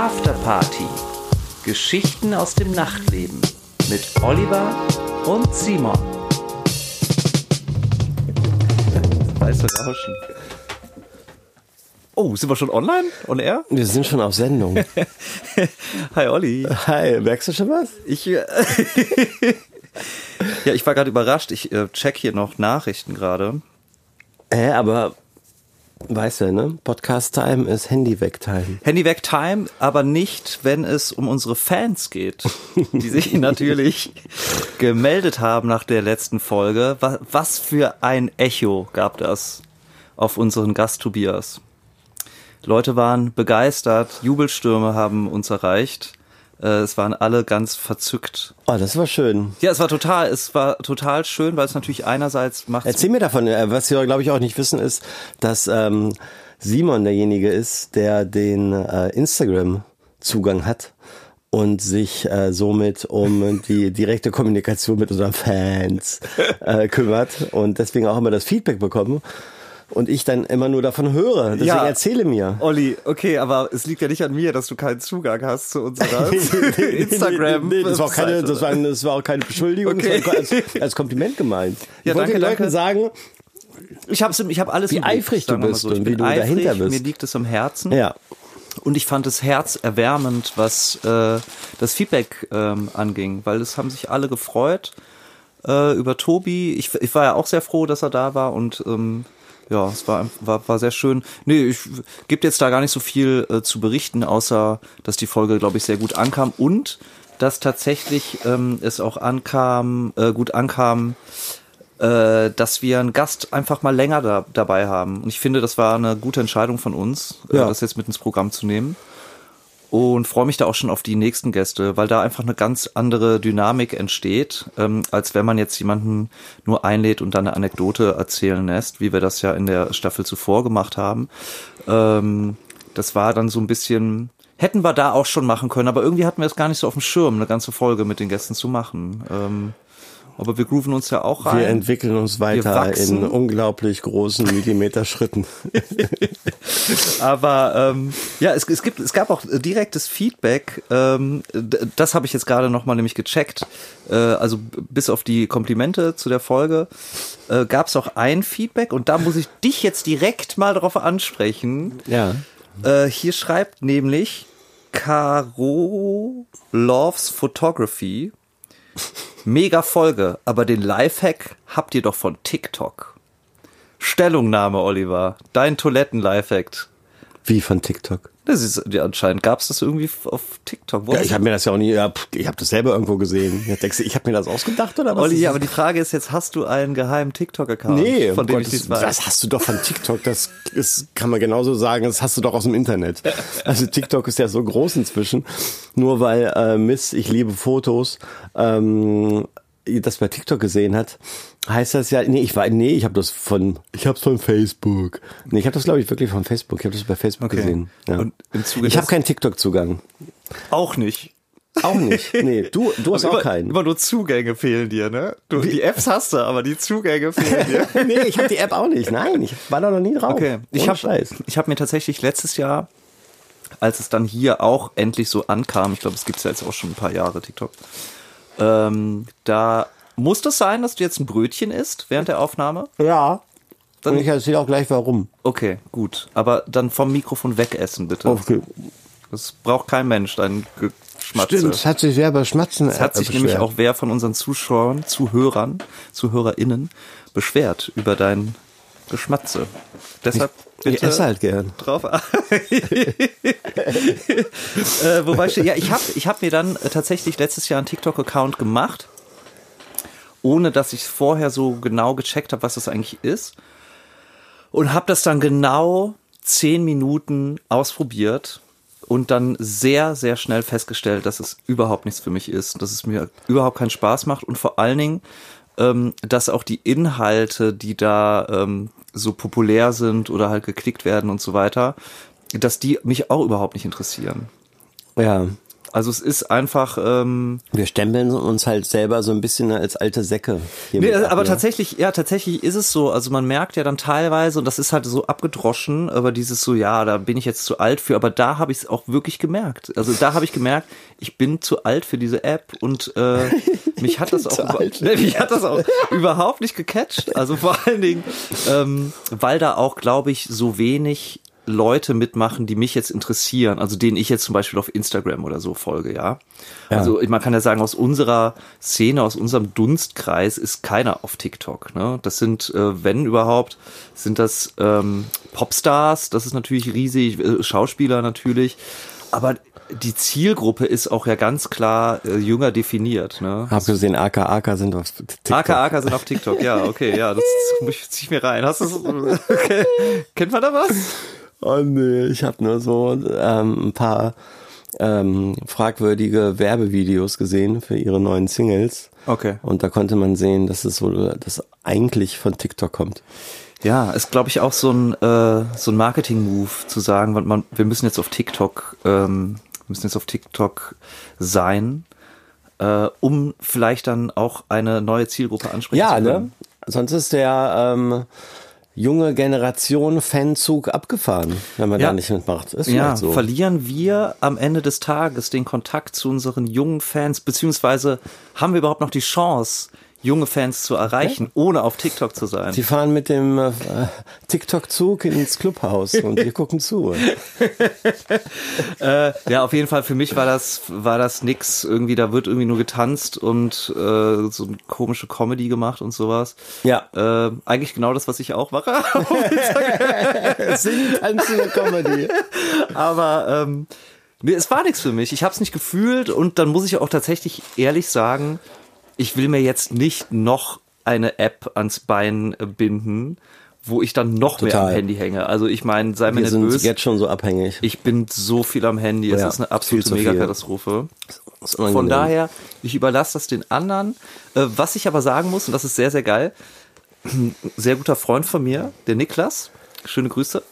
Afterparty. Geschichten aus dem Nachtleben mit Oliver und Simon. Weiße Rauschen. Oh, sind wir schon online? On air? Wir sind schon auf Sendung. Hi Olli. Hi, merkst du schon was? Ja, ich war gerade überrascht. Ich check hier noch Nachrichten gerade. Aber weißt du, ne? Podcast-Time ist Handy-Weg-Time. Handy-Weg-Time, aber nicht, wenn es um unsere Fans geht, die sich natürlich gemeldet haben nach der letzten Folge. Was für ein Echo gab das auf unseren Gast Tobias. Leute waren begeistert, Jubelstürme haben uns erreicht. Es waren alle ganz verzückt. Oh, das war schön. Ja, es war total schön, weil es natürlich einerseits macht. Erzähl mir davon, was Sie, glaube ich, auch nicht wissen, ist, dass Simon derjenige ist, der den Instagram-Zugang hat und sich somit um die direkte Kommunikation mit unseren Fans kümmert und deswegen auch immer das Feedback bekommen. Und ich dann immer nur davon höre. Deswegen erzähle mir. Olli, okay, aber es liegt ja nicht an mir, dass du keinen Zugang hast zu unserer Instagram. Nee, das war auch keine Beschuldigung, okay. Das war als Kompliment gemeint. Ich wollte den Leuten sagen, ich hab alles wie eifrig du bist und wie du dahinter bist. Mir liegt es am Herzen. Ja. Und ich fand es herzerwärmend, was das Feedback anging, weil es haben sich alle gefreut über Tobi. Ich war ja auch sehr froh, dass er da war und ja, es war sehr schön. Nee, ich gebe jetzt da gar nicht so viel zu berichten, außer, dass die Folge, glaube ich, sehr gut ankam und dass tatsächlich es auch gut ankam, dass wir einen Gast einfach mal länger dabei haben. Und ich finde, das war eine gute Entscheidung von uns, das jetzt mit ins Programm zu nehmen. Und freue mich da auch schon auf die nächsten Gäste, weil da einfach eine ganz andere Dynamik entsteht, als wenn man jetzt jemanden nur einlädt und dann eine Anekdote erzählen lässt, wie wir das ja in der Staffel zuvor gemacht haben. Das war dann so ein bisschen, hätten wir da auch schon machen können, aber irgendwie hatten wir es gar nicht so auf dem Schirm, eine ganze Folge mit den Gästen zu machen. Aber wir grooven uns ja auch rein. Wir entwickeln uns weiter in unglaublich großen Millimeterschritten. Aber ja, es gab auch direktes Feedback. Das habe ich jetzt gerade nochmal nämlich gecheckt. Also bis auf die Komplimente zu der Folge gab es auch ein Feedback und da muss ich dich jetzt direkt mal drauf ansprechen. Ja. Hier schreibt nämlich Caro Loves Photography. Mega Folge, aber den Lifehack habt ihr doch von TikTok. Stellungnahme, Oliver. Dein Toiletten-Lifehack. Wie von TikTok? Das ist, ja, anscheinend gab es das irgendwie auf TikTok. Ja, ich habe mir das ja auch nie, ich habe das selber irgendwo gesehen. Ich habe mir das ausgedacht oder was? Olli, ja, aber die Frage ist jetzt, hast du einen geheimen TikTok-Account? Nee, von dem ich nicht weiß. Das hast du doch von TikTok, das kann man genauso sagen, das hast du doch aus dem Internet. Also TikTok ist ja so groß inzwischen, nur weil ich liebe Fotos, das bei TikTok gesehen hat, heißt das ja, ich habe das von Facebook. Nee, ich habe das glaube ich wirklich von Facebook. Ich habe das bei Facebook gesehen. Ja. Und ich habe keinen TikTok-Zugang. Auch nicht. Auch nicht. Nee, du hast auch keinen. Immer nur Zugänge fehlen dir, ne? Die Apps hast du, aber die Zugänge fehlen dir. Nee, ich habe die App auch nicht. Nein, ich war da noch nie drauf. Okay. Ich habe mir tatsächlich letztes Jahr, als es dann hier auch endlich so ankam, ich glaube, es gibt's ja jetzt auch schon ein paar Jahre, TikTok, da muss das sein, dass du jetzt ein Brötchen isst während der Aufnahme? Ja. Und ich erzähle auch gleich warum. Okay, gut. Aber dann vom Mikrofon wegessen, bitte. Okay. Das braucht kein Mensch, dein Geschmatze. Stimmt, es hat sich wer bei Schmatzen Es hat sich nämlich auch wer von unseren ZuhörerInnen beschwert über dein Geschmatze. Deshalb bitte ich esse halt gern. Drauf. Wobei ich hab mir dann tatsächlich letztes Jahr einen TikTok-Account gemacht, ohne dass ich vorher so genau gecheckt habe, was das eigentlich ist. Und habe das dann genau 10 Minuten ausprobiert und dann sehr, sehr schnell festgestellt, dass es überhaupt nichts für mich ist, dass es mir überhaupt keinen Spaß macht und vor allen Dingen, dass auch die Inhalte, die da so populär sind oder halt geklickt werden und so weiter, dass die mich auch überhaupt nicht interessieren. Ja, Also es ist einfach... wir stempeln uns halt selber so ein bisschen als alte Säcke. Nee, aber tatsächlich ist es so. Also man merkt ja dann teilweise, und das ist halt so abgedroschen, aber dieses so, ja, da bin ich jetzt zu alt für, aber da habe ich es auch wirklich gemerkt. Also da habe ich gemerkt, ich bin zu alt für diese App und mich hat das auch überhaupt nicht gecatcht. Also vor allen Dingen, weil da auch, glaube ich, so wenig Leute mitmachen, die mich jetzt interessieren, also denen ich jetzt zum Beispiel auf Instagram oder so folge, ja. Also man kann ja sagen, aus unserer Szene, aus unserem Dunstkreis ist keiner auf TikTok, ne? Das sind, wenn überhaupt, sind das Popstars, das ist natürlich riesig, Schauspieler natürlich, aber die Zielgruppe ist auch ja ganz klar jünger definiert, ne? Hab gesehen, AK sind auf TikTok. AK sind auf TikTok, ja, okay, ja, das zieh ich mir rein. Hast du okay. Kennt man da was? Oh nee, ich habe nur so ein paar fragwürdige Werbevideos gesehen für ihre neuen Singles. Okay. Und da konnte man sehen, dass es so, das eigentlich von TikTok kommt. Ja, ist glaube ich auch so ein Marketing-Move zu sagen, wir müssen jetzt auf TikTok, sein, um vielleicht dann auch eine neue Zielgruppe ansprechen zu können. Ja, ne? Sonst ist der junge Generation Fanzug abgefahren, wenn man da nicht mitmacht. Ist ja, so. Verlieren wir am Ende des Tages den Kontakt zu unseren jungen Fans, beziehungsweise haben wir überhaupt noch die Chance, junge Fans zu erreichen, ohne auf TikTok zu sein? Die fahren mit dem TikTok-Zug ins Clubhaus und wir gucken zu. Ja, auf jeden Fall, für mich war das nix. Irgendwie, da wird irgendwie nur getanzt und so eine komische Comedy gemacht und sowas. Ja. Eigentlich genau das, was ich auch mache. Singen, tanzen und Comedy. Aber nee, es war nichts für mich. Ich habe es nicht gefühlt und dann muss ich auch tatsächlich ehrlich sagen, ich will mir jetzt nicht noch eine App ans Bein binden, wo ich dann noch mehr am Handy hänge. Also ich meine, sei mir nicht böse. Wir sind jetzt schon so abhängig. Ich bin so viel am Handy. Es ist eine absolute Megakatastrophe. Von daher, ich überlasse das den anderen. Was ich aber sagen muss, und das ist sehr, sehr geil, ein sehr guter Freund von mir, der Niklas, schöne Grüße,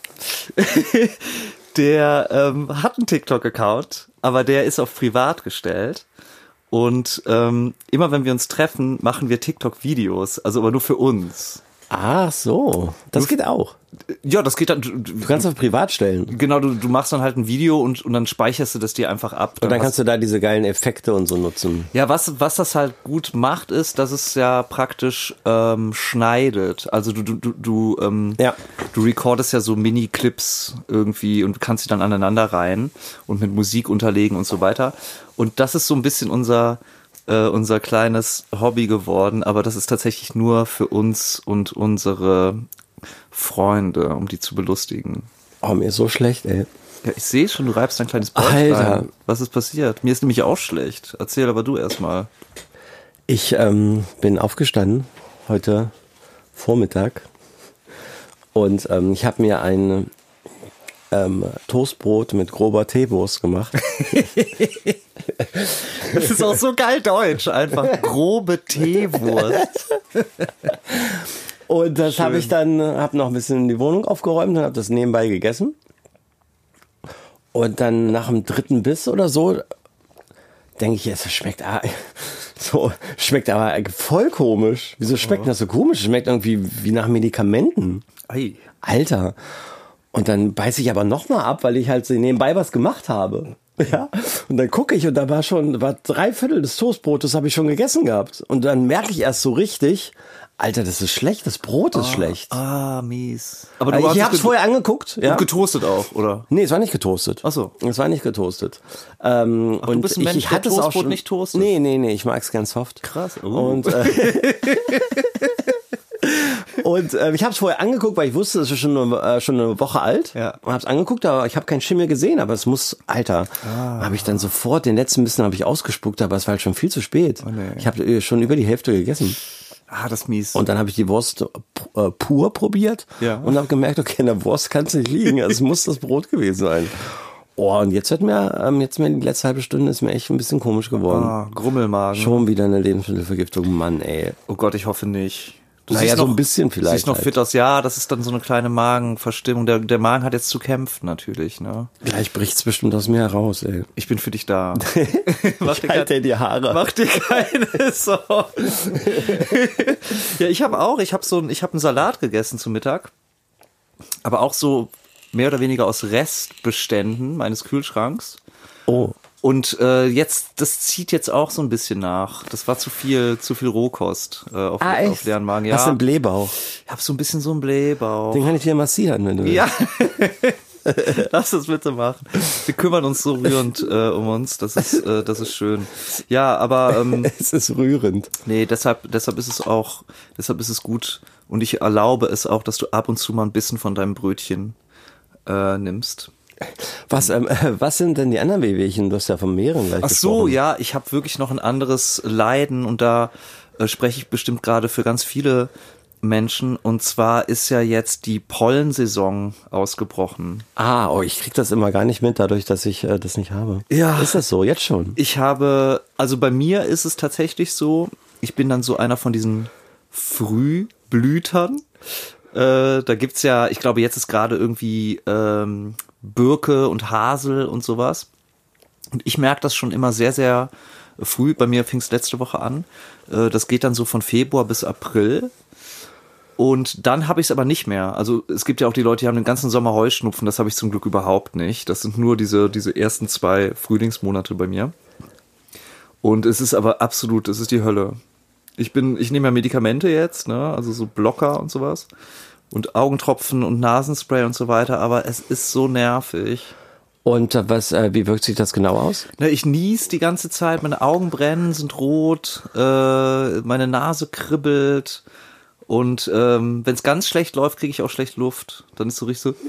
der hat einen TikTok-Account, aber der ist auf privat gestellt. Und immer wenn wir uns treffen, machen wir TikTok-Videos, also aber nur für uns. Ach so, das geht auch. Ja, das geht dann. Du kannst auf privat stellen. Genau, du machst dann halt ein Video und dann speicherst du das dir einfach ab. Und dann kannst du da diese geilen Effekte und so nutzen. Ja, was das halt gut macht, ist, dass es ja praktisch schneidet. Also du recordest ja so Mini-Clips irgendwie und kannst sie dann aneinander reihen und mit Musik unterlegen und so weiter. Und das ist so ein bisschen unser kleines Hobby geworden, aber das ist tatsächlich nur für uns und unsere Freunde, um die zu belustigen. Oh, mir ist so schlecht, ey. Ja, ich sehe schon, du reibst ein kleines Bäuchlein. Alter. Was ist passiert? Mir ist nämlich auch schlecht. Erzähl aber du erstmal. Ich bin aufgestanden heute Vormittag und ich habe mir ein Toastbrot mit grober Teewurst gemacht. Das ist auch so geil deutsch, einfach grobe Teewurst. Und das habe ich dann, habe noch ein bisschen die Wohnung aufgeräumt und habe das nebenbei gegessen. Und dann nach dem dritten Biss oder so denke ich, es schmeckt aber voll komisch. Wieso schmeckt das so komisch? Es schmeckt irgendwie wie nach Medikamenten. Ei. Alter. Und dann beiße ich aber nochmal ab, weil ich halt nebenbei was gemacht habe. Ja. Und dann gucke ich und da war 3/4 des Toastbrotes habe ich schon gegessen gehabt. Und dann merke ich erst so richtig, Alter, das ist schlecht, das Brot ist schlecht. Ah, mies. Aber ich habe es vorher angeguckt. Ja? Und getoastet auch, oder? Nee, es war nicht getoastet. Ach so. Es war nicht getoastet. Und du bist ein Mensch, der Toastbrot nicht toastet? Nee, ich mag es ganz soft. Krass. Und und ich habe es vorher angeguckt, weil ich wusste, es ist schon eine Woche alt. Ja. Und habe es angeguckt, aber ich habe keinen Schimmel gesehen. Aber es muss, Alter, habe ich dann sofort den letzten Bissen habe ich ausgespuckt, aber es war halt schon viel zu spät. Oh, nee. Ich habe schon über die Hälfte gegessen. Ah, das ist mies. Und dann habe ich die Wurst pur probiert und habe gemerkt, okay, in der Wurst kann es nicht liegen. Also es muss das Brot gewesen sein. Oh, und jetzt die letzte halbe Stunde ist mir echt ein bisschen komisch geworden. Grummelmagen. Schon wieder eine Lebensmittelvergiftung, Mann, ey. Oh Gott, ich hoffe nicht. Naja, so ein bisschen vielleicht. Siehst noch fit aus. Ja, das ist dann so eine kleine Magenverstimmung. Der Magen hat jetzt zu kämpfen natürlich. Ne? Gleich bricht's bestimmt aus mir heraus, ey. Ich bin für dich da. Ich halte dir die Haare. Mach dir keine Sorgen. Ja, ich habe einen Salat gegessen zum Mittag. Aber auch so mehr oder weniger aus Restbeständen meines Kühlschranks. Oh. Und das zieht jetzt auch so ein bisschen nach. Das war zu viel Rohkost auf deren Magen. Ja. Hast du einen Blähbauch? Ich habe so ein bisschen so einen Blähbauch. Den kann ich dir massieren, wenn du willst. Ja. Lass das bitte machen. Wir kümmern uns so rührend um uns. Das ist schön. Ja, aber es ist rührend. Nee, deshalb ist es gut. Und ich erlaube es auch, dass du ab und zu mal ein bisschen von deinem Brötchen nimmst. Was sind denn die anderen Wehwehchen? Du hast ja von mehreren gleich gesprochen. Ja, ich habe wirklich noch ein anderes Leiden und da spreche ich bestimmt gerade für ganz viele Menschen. Und zwar ist ja jetzt die Pollensaison ausgebrochen. Ich krieg das immer gar nicht mit, dadurch, dass ich das nicht habe. Ja. Ist das so? Jetzt schon? Also bei mir ist es tatsächlich so, ich bin dann so einer von diesen Frühblütern. Da gibt's ja, ich glaube, jetzt ist gerade irgendwie Birke und Hasel und sowas. Und ich merke das schon immer sehr, sehr früh. Bei mir fing es letzte Woche an. Das geht dann so von Februar bis April. Und dann habe ich es aber nicht mehr. Also es gibt ja auch die Leute, die haben den ganzen Sommer Heuschnupfen. Das habe ich zum Glück überhaupt nicht. Das sind nur diese ersten 2 Frühlingsmonate bei mir. Und es ist aber absolut, es ist die Hölle. Ich nehme ja Medikamente jetzt, ne? Also so Blocker und sowas. Und Augentropfen und Nasenspray und so weiter, aber es ist so nervig. Und wie wirkt sich das genau aus? Na, ich nies die ganze Zeit, meine Augen brennen, sind rot, meine Nase kribbelt und wenn es ganz schlecht läuft, kriege ich auch schlecht Luft. Dann ist so richtig so...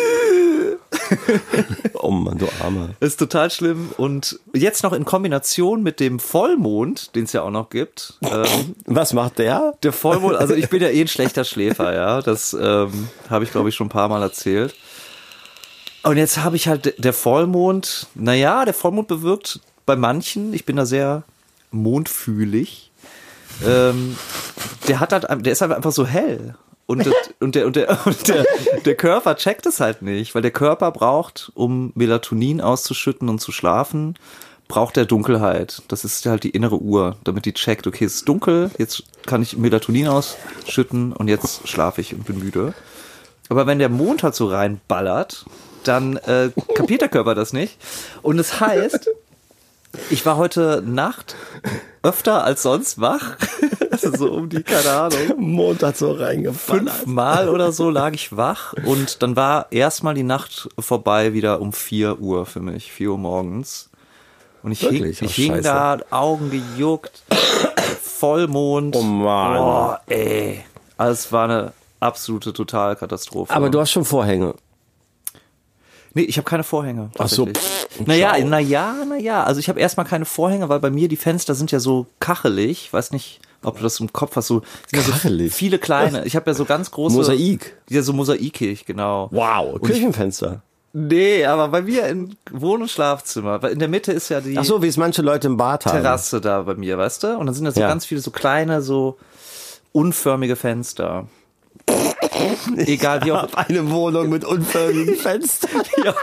Oh Mann, du Armer. Das ist total schlimm. Und jetzt noch in Kombination mit dem Vollmond, den es ja auch noch gibt. Was macht der? Der Vollmond, also ich bin ja ein schlechter Schläfer, ja. Das habe ich, glaube ich, schon ein paar Mal erzählt. Und jetzt habe ich halt der Vollmond, der Vollmond bewirkt bei manchen, ich bin da sehr mondfühlig, der ist halt einfach so hell. Und der Körper checkt es halt nicht, weil der Körper braucht, um Melatonin auszuschütten und zu schlafen, braucht er Dunkelheit. Das ist halt die innere Uhr, damit die checkt, okay, es ist dunkel, jetzt kann ich Melatonin ausschütten und jetzt schlafe ich und bin müde. Aber wenn der Mond halt so reinballert, dann kapiert der Körper das nicht. Und das heißt, ich war heute Nacht öfter als sonst wach. Also so um die, keine Ahnung. Mond hat so reingefallen. 5-mal oder so lag ich wach und dann war erstmal die Nacht vorbei wieder um 4 Uhr für mich, 4 Uhr morgens. Und ich hing da, Augen gejuckt, Vollmond. Oh Mann. Oh, ey. Also es war eine absolute Totalkatastrophe. Aber du hast schon Vorhänge. Nee, ich habe keine Vorhänge. Ach so. Naja. Also ich habe erstmal keine Vorhänge, weil bei mir die Fenster sind ja so kachelig. Ich weiß nicht, ob du das im Kopf hast. So, kachelig? So viele kleine. Ich habe ja so ganz große... Mosaik? Ja, so mosaikig, genau. Wow, Küchenfenster. Nee, aber bei mir im Wohn- und Schlafzimmer, weil in der Mitte ist ja die... Ach so, wie es manche Leute im Bad haben. Terrasse da bei mir, weißt du? Und dann sind da so ganz viele so kleine, so unförmige Fenster. Egal wie auch. Ich habe eine Wohnung mit unförmigen Fenstern.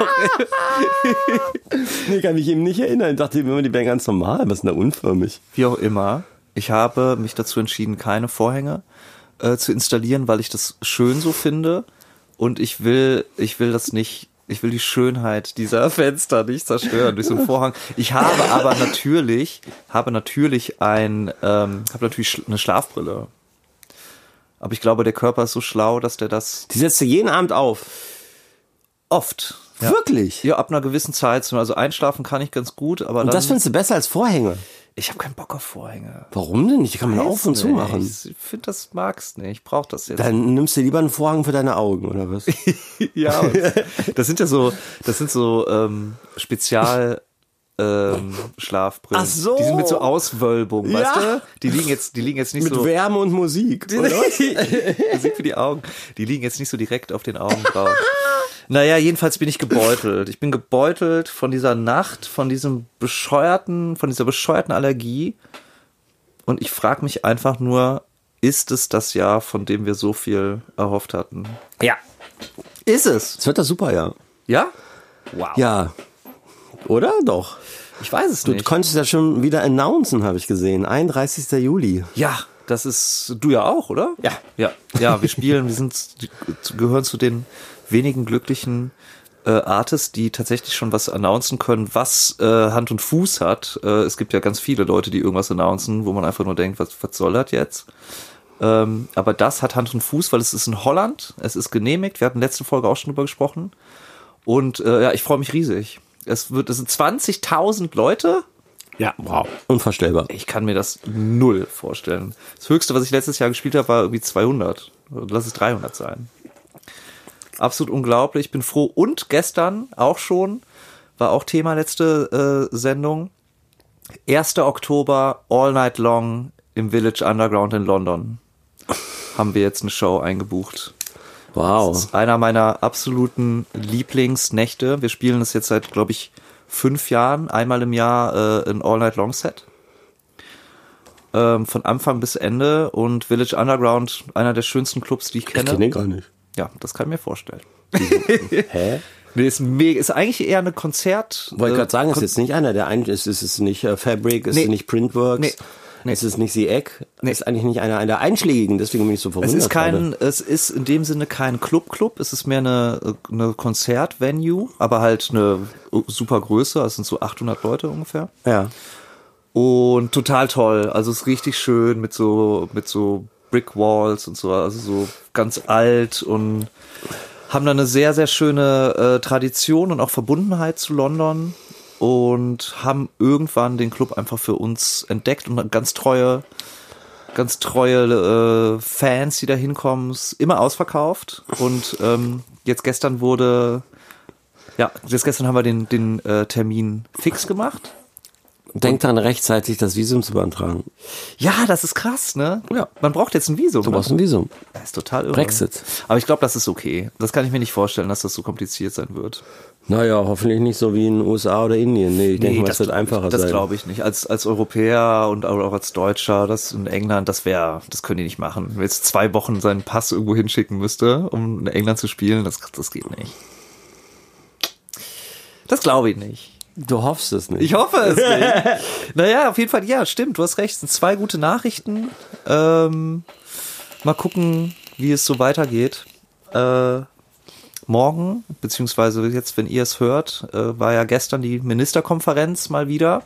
Nee, kann mich eben nicht erinnern. Ich dachte immer, die wären ganz normal. Was ist denn da unförmig? Wie auch immer. Ich habe mich dazu entschieden, keine Vorhänge zu installieren, weil ich das schön so finde. Und ich will das nicht. Ich will die Schönheit dieser Fenster nicht zerstören durch so einen Vorhang. Ich habe aber natürlich eine Schlafbrille. Aber ich glaube, der Körper ist so schlau, dass der das... Die setzt du jeden Abend auf? Oft. Ja. Wirklich? Ja, ab einer gewissen Zeit. Also einschlafen kann ich ganz gut, aber Und dann... das findest du besser als Vorhänge? Ich habe keinen Bock auf Vorhänge. Warum denn nicht? Die kann man auf und zu machen. Ich finde, das magst nicht. Ich brauche das jetzt. Dann nimmst du lieber einen Vorhang für deine Augen, oder was? Ja, das sind so Spezial... Schlafbrillen. Ach so. Die sind mit so Auswölbung, Ja. weißt du? Die liegen jetzt nicht Mit so... Mit Wärme und Musik, oder was? Musik für die Augen. Die liegen jetzt nicht so direkt auf den Augen drauf. Naja, jedenfalls bin ich gebeutelt. Ich bin gebeutelt von dieser Nacht, von dieser bescheuerten Allergie. Und ich frage mich einfach nur, ist es das Jahr, von dem wir so viel erhofft hatten? Ja. Ist es? Es wird das super Jahr. Ja? Wow. Ja. Oder? Doch. Ich weiß es Du nicht. konntest ja schon wieder announcen, habe ich gesehen. 31. Juli. Ja, das ist du ja auch, oder? Ja. Ja, wir spielen, gehören zu den wenigen glücklichen Artists, die tatsächlich schon was announcen können, was Hand und Fuß hat. Es gibt ja ganz viele Leute, die irgendwas announcen, wo man einfach nur denkt, was soll das jetzt? Aber das hat Hand und Fuß, weil es ist in Holland, es ist genehmigt, wir hatten letzte Folge auch schon drüber gesprochen. Und ja, ich freue mich riesig. Es sind 20.000 Leute. Ja, wow. Unvorstellbar. Ich kann mir das null vorstellen. Das Höchste, was ich letztes Jahr gespielt habe, war irgendwie 200. Lass es 300 sein. Absolut unglaublich. Ich bin froh. Und gestern auch schon, war auch Thema letzte Sendung. 1. Oktober, All Night Long im Village Underground in London. Haben wir jetzt eine Show eingebucht. Wow. Das ist einer meiner absoluten Lieblingsnächte. Wir spielen das jetzt seit, glaube ich, 5 Jahren, einmal im Jahr ein All-Night-Long-Set. Von Anfang bis Ende. Und Village Underground, einer der schönsten Clubs, die ich kenne. Ich kenne den gar nicht. Ja, das kann ich mir vorstellen. Hä? Nee, ist eigentlich eher eine Konzert... Wollte ich gerade sagen, es ist jetzt nicht einer, der ist es nicht Fabric, ist es nicht Printworks, Nee. ist es nicht The Egg, ist eigentlich nicht einer der einschlägigen, deswegen bin ich so verwundert. Es ist in dem Sinne kein Club, es ist mehr eine Konzertvenue, aber halt eine super Größe, es sind so 800 Leute ungefähr. Ja. Und total toll, also es ist richtig schön mit so Brick Walls und so, also so ganz alt und haben da eine sehr, sehr schöne Tradition und auch Verbundenheit zu London und haben irgendwann den Club einfach für uns entdeckt und ganz treue Fans, die da hinkommen, ist immer ausverkauft und jetzt gestern haben wir den Termin fix gemacht. Denkt daran, rechtzeitig das Visum zu beantragen. Ja, das ist krass, ne? Ja. Man braucht jetzt ein Visum. Du brauchst ein Visum. Das ist total irre. Brexit. Aber ich glaube, das ist okay. Das kann ich mir nicht vorstellen, dass das so kompliziert sein wird. Naja, hoffentlich nicht so wie in den USA oder Indien. Nee, ich denke mal, es wird einfacher sein. Das glaube ich nicht. Als Europäer und auch als Deutscher, das in England, das können die nicht machen. Wenn jetzt 2 Wochen seinen Pass irgendwo hinschicken müsste, um in England zu spielen, das geht nicht. Das glaube ich nicht. Du hoffst es nicht. Ich hoffe es nicht. Naja, auf jeden Fall, ja, stimmt, du hast recht. Es sind 2 gute Nachrichten. Mal gucken, wie es so weitergeht. Morgen, beziehungsweise jetzt, wenn ihr es hört, war ja gestern die Ministerkonferenz mal wieder.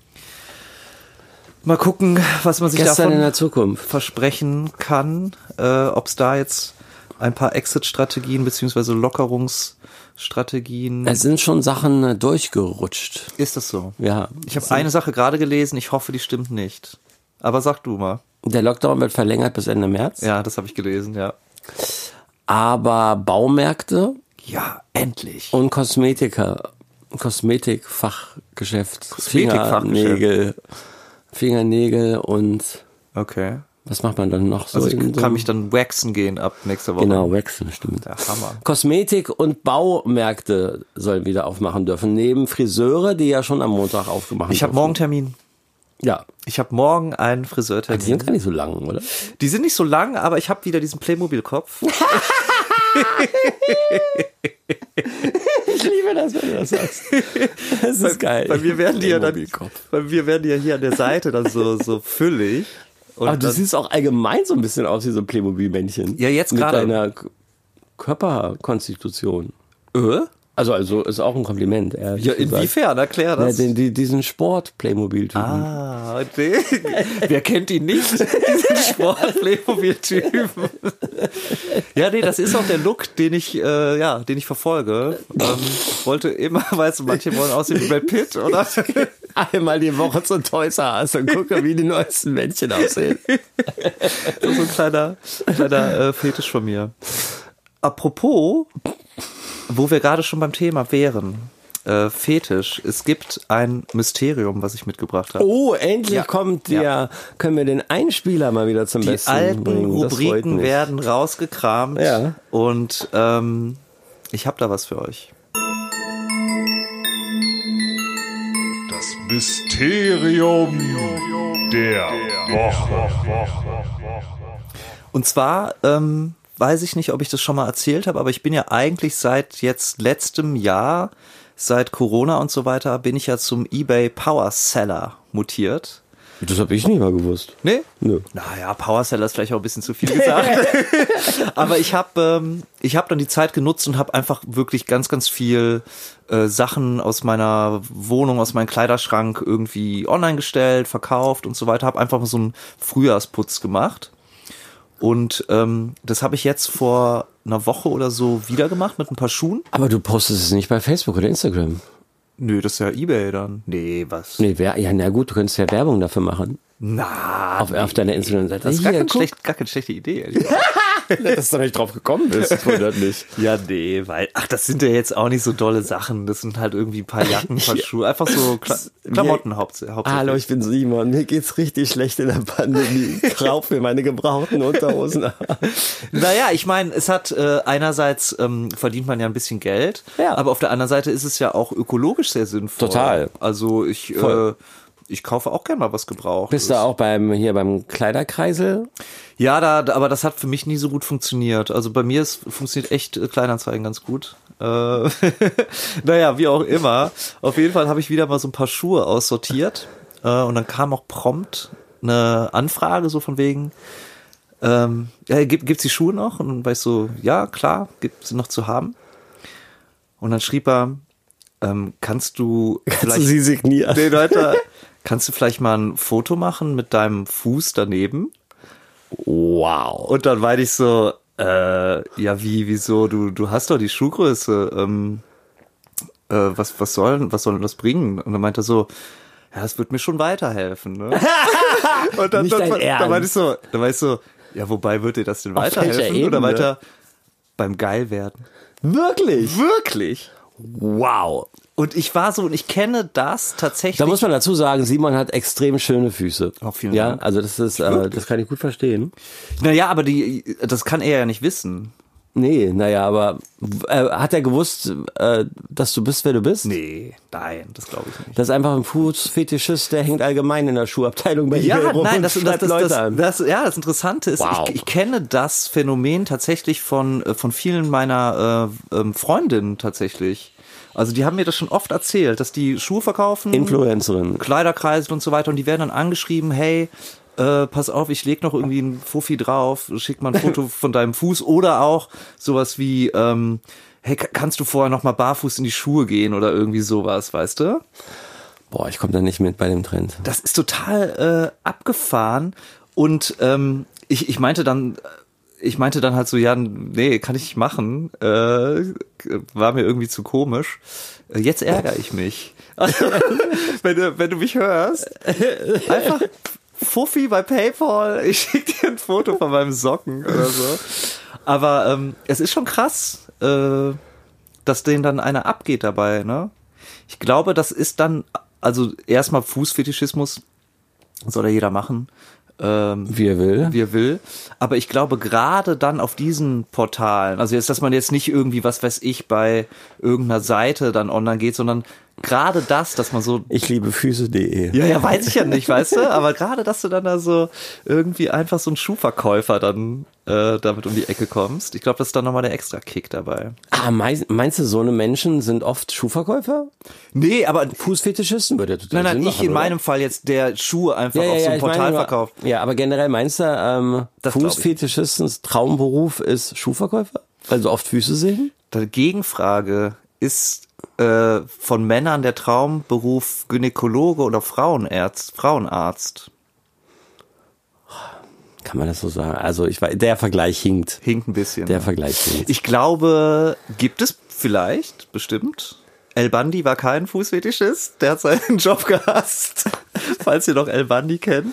Mal gucken, was man sich gestern davon in der Zukunft versprechen kann. Ob es da jetzt ein paar Exit-Strategien beziehungsweise Lockerungsstrategien. Es sind schon Sachen durchgerutscht. Ist das so? Ja. Ich habe eine Sache gerade gelesen, ich hoffe, die stimmt nicht. Aber sag du mal. Der Lockdown wird verlängert bis Ende März. Ja, das habe ich gelesen, ja. Aber Baumärkte. Ja, endlich. Und Kosmetikfachgeschäft. Fingernägel und. Okay. Was macht man dann noch so? Also ich kann mich dann waxen gehen ab nächster Woche. Genau, waxen, stimmt. Der Hammer. Kosmetik- und Baumärkte sollen wieder aufmachen dürfen. Neben Friseure, die ja schon am Montag aufgemacht haben. Ich habe morgen Termin. Ja. Ich habe morgen einen Friseurtermin. Die sind gar nicht so lang, oder? Die sind nicht so lang, aber ich habe wieder diesen Playmobil-Kopf. Ich liebe das, wenn du das sagst. Das ist geil. Bei mir werden die ja hier an der Seite dann so füllig. Und aber du siehst auch allgemein so ein bisschen aus wie so ein Playmobil-Männchen. Ja, jetzt gerade. Mit deiner Körperkonstitution. Also ist auch ein Kompliment. Ja, inwiefern? Erklär das. Ja, diesen Sport-Playmobil-Typen. Ah, wer kennt ihn nicht? Diesen Sport-Playmobil-Typen. Ja, nee, das ist auch der Look, den ich verfolge. Wollte immer, weißt du, manche wollen aussehen wie Brad Pitt, oder? Einmal die Woche zu Toys R Us und gucke, wie die neuesten Männchen aussehen. Das ist so ein kleiner Fetisch von mir. Apropos, wo wir gerade schon beim Thema wären, Fetisch. Es gibt ein Mysterium, was ich mitgebracht habe. Oh, endlich können wir den Einspieler mal wieder zum Besten bringen. Die alten Rubriken werden rausgekramt und ich habe da was für euch. Das Mysterium der Woche. Und zwar weiß ich nicht, ob ich das schon mal erzählt habe, aber ich bin ja eigentlich seit jetzt letztem Jahr, seit Corona und so weiter, bin ich ja zum eBay Power Seller mutiert. Das habe ich nicht mal gewusst. Nee? Nö. Naja, Power Seller ist vielleicht auch ein bisschen zu viel gesagt. Aber ich hab dann die Zeit genutzt und habe einfach wirklich ganz, ganz viel Sachen aus meiner Wohnung, aus meinem Kleiderschrank irgendwie online gestellt, verkauft und so weiter. Habe einfach mal so einen Frühjahrsputz gemacht. Und das habe ich jetzt vor einer Woche oder so wieder gemacht mit ein paar Schuhen. Aber du postest es nicht bei Facebook oder Instagram. Nö, das ist ja eBay dann. Nee, was? Nee, ja, na gut, du könntest ja Werbung dafür machen. Na, Auf deiner Instagram-Seite. das ist gar keine schlechte Idee. Dass du nicht drauf gekommen bist, das wundert mich. Ja, nee, weil, das sind ja jetzt auch nicht so dolle Sachen. Das sind halt irgendwie ein paar Jacken, ein paar Schuhe, einfach so Klamotten hauptsächlich. Hallo, ich bin Simon. Mir geht's richtig schlecht in der Pandemie. Kauf mir meine gebrauchten Unterhosen. Naja, ich meine, es hat einerseits verdient man ja ein bisschen Geld, Ja. aber auf der anderen Seite ist es ja auch ökologisch sehr sinnvoll. Total. Also ich kaufe auch gerne mal was gebraucht. Bist du auch beim Kleiderkreisel? Ja, aber das hat für mich nie so gut funktioniert. Also bei mir funktioniert echt Kleinanzeigen ganz gut. Naja, wie auch immer. Auf jeden Fall habe ich wieder mal so ein paar Schuhe aussortiert. Und dann kam auch prompt eine Anfrage so von wegen, gibt's die Schuhe noch? Und dann war ich so, ja, klar, gibt's sie noch zu haben. Und dann schrieb er, kannst du sie signieren? Nee, Leute, kannst du vielleicht mal ein Foto machen mit deinem Fuß daneben? Wow. Und dann meinte ich so, ja, wieso, du hast doch die Schuhgröße, was soll denn das bringen? Und dann meinte er so, ja, das wird mir schon weiterhelfen, ne? Und dann meinte ich so, ja, wobei wird dir das denn weiterhelfen? Oder weiter beim Geilwerden? Wirklich? Wirklich? Wow. Und ich war so, und ich kenne das tatsächlich. Da muss man dazu sagen, Simon hat extrem schöne Füße. Oh, vielen ja, Dank. also das kann ich gut verstehen. Naja, aber das kann er ja nicht wissen. Nee, naja, aber hat er gewusst, dass du bist, wer du bist? Nee, nein, das glaube ich nicht. Das ist einfach ein Fußfetischist, der hängt allgemein in der Schuhabteilung bei eBay rum und schreibt Leute an. Das Interessante ist, Wow. ich kenne das Phänomen tatsächlich von vielen meiner Freundinnen tatsächlich. Also die haben mir das schon oft erzählt, dass die Schuhe verkaufen, Influencerin. Kleiderkreisel und so weiter, und die werden dann angeschrieben, hey, pass auf, ich leg noch irgendwie ein Fuffi drauf, schick mal ein Foto von deinem Fuß, oder auch sowas wie, hey, kannst du vorher noch mal barfuß in die Schuhe gehen oder irgendwie sowas, weißt du? Boah, ich komme da nicht mit bei dem Trend. Das ist total abgefahren, und ich meinte dann halt so, ja, nee, kann ich nicht machen, war mir irgendwie zu komisch. Jetzt ärgere ich mich. Also, wenn du mich hörst, einfach Fuffi bei PayPal, ich schicke dir ein Foto von meinem Socken oder so. Aber es ist schon krass, dass denen dann einer abgeht dabei, ne? Ich glaube, das ist dann, also erstmal Fußfetischismus soll ja jeder machen. Wie er will. Aber ich glaube, gerade dann auf diesen Portalen, also jetzt, dass man jetzt nicht irgendwie, was weiß ich, bei irgendeiner Seite dann online geht, sondern gerade das, dass man so... Ich liebe Füße.de. Ja, weiß ich ja nicht, weißt du? Aber gerade, dass du dann da so irgendwie einfach so ein Schuhverkäufer dann damit um die Ecke kommst. Ich glaube, das ist dann nochmal der extra Kick dabei. Ah, meinst du, so eine Menschen sind oft Schuhverkäufer? Nee, aber... Fußfetischisten würde total Nein, Sinn ich machen, in oder? meinem Fall jetzt, der Schuhe einfach auf so einem Portal verkauft. Ja, aber generell meinst du, Das glaub ich. Fußfetischistens Traumberuf ist Schuhverkäufer? Weil sie oft Füße sehen? Die Gegenfrage ist von Männern der Traumberuf Gynäkologe oder Frauenarzt. Kann man das so sagen? Also der Vergleich hinkt. Hinkt ein bisschen. Der Vergleich hinkt. Ich glaube, gibt es vielleicht, bestimmt. El Bundy war kein Fußfetischist, der hat seinen Job gehasst. Falls ihr noch El Bundy kennt.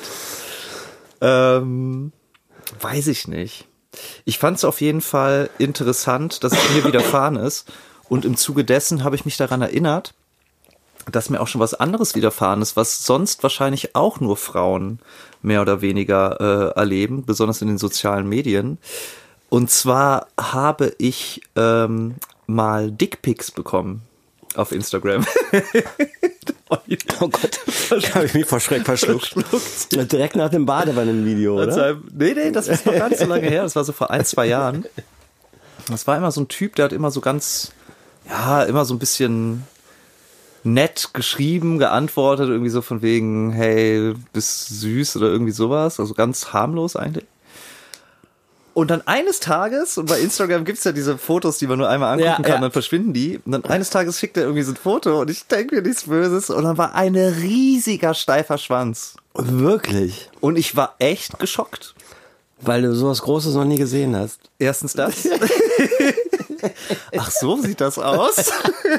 Weiß ich nicht. Ich fand es auf jeden Fall interessant, dass es mir widerfahren ist. Und im Zuge dessen habe ich mich daran erinnert, dass mir auch schon was anderes widerfahren ist, was sonst wahrscheinlich auch nur Frauen mehr oder weniger erleben, besonders in den sozialen Medien. Und zwar habe ich mal Dickpics bekommen auf Instagram. Oh Gott, habe ich mich vor Schreck verschluckt. Direkt nach dem Badewannenvideo, oder? Nee, das ist noch ganz so lange her. Das war so vor 1-2 Jahren. Das war immer so ein Typ, der hat immer so ganz, immer so ein bisschen nett geschrieben, geantwortet, irgendwie so von wegen, hey, bist süß oder irgendwie sowas. Also ganz harmlos eigentlich. Und dann eines Tages, und bei Instagram gibt's ja diese Fotos, die man nur einmal angucken kann, dann verschwinden die. Und dann eines Tages schickt er irgendwie so ein Foto und ich denke mir nichts Böses. Und dann war ein riesiger, steifer Schwanz. Wirklich? Und ich war echt geschockt. Weil du sowas Großes noch nie gesehen hast. Erstens das. Ach, so sieht das aus.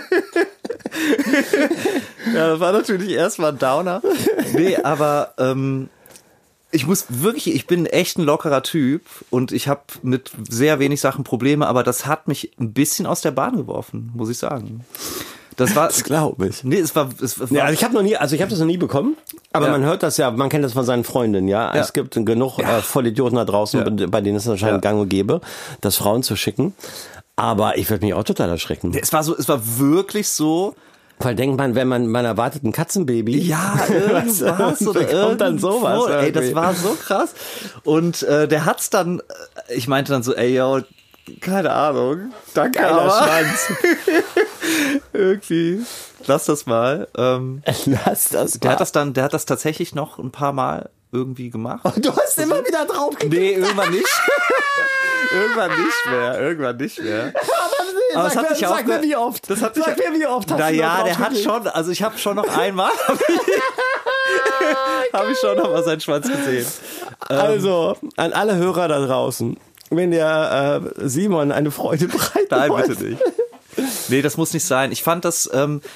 Ja, das war natürlich erstmal ein Downer. Nee, aber ich bin echt ein lockerer Typ und ich habe mit sehr wenig Sachen Probleme, aber das hat mich ein bisschen aus der Bahn geworfen, muss ich sagen. Das glaube ich. Nee, es war ja, also ich habe das noch nie bekommen, aber man hört das ja, man kennt das von seinen Freundinnen, ja. Es gibt genug Vollidioten da draußen, bei denen ist es anscheinend gang und gäbe, das Frauen zu schicken. Aber ich würde mich auch total erschrecken. Es war wirklich so. Weil denkt man, wenn man erwartet ein Katzenbaby. Ja, irgendwas oder kommt dann sowas. Ey, das war so krass. Und der hat's dann, ich meinte dann so, ey, yo, keine Ahnung, danke, geiler aber Schwanz. irgendwie, lass das mal. Lass das mal. Der hat das tatsächlich noch ein paar Mal irgendwie gemacht. Und du hast immer wieder drauf geklickt. Nee, irgendwann nicht. Irgendwann nicht mehr. Aber das hat sich auch. Sag mir, wie oft. Sag mir, wie oft hast du naja, der hat schon, also ich habe schon noch einmal, habe ich schon noch mal seinen Schwanz gesehen. Also, an alle Hörer da draußen, wenn der Simon eine Freude bereitet. Nein, bitte nicht. Nee, das muss nicht sein. Ich fand das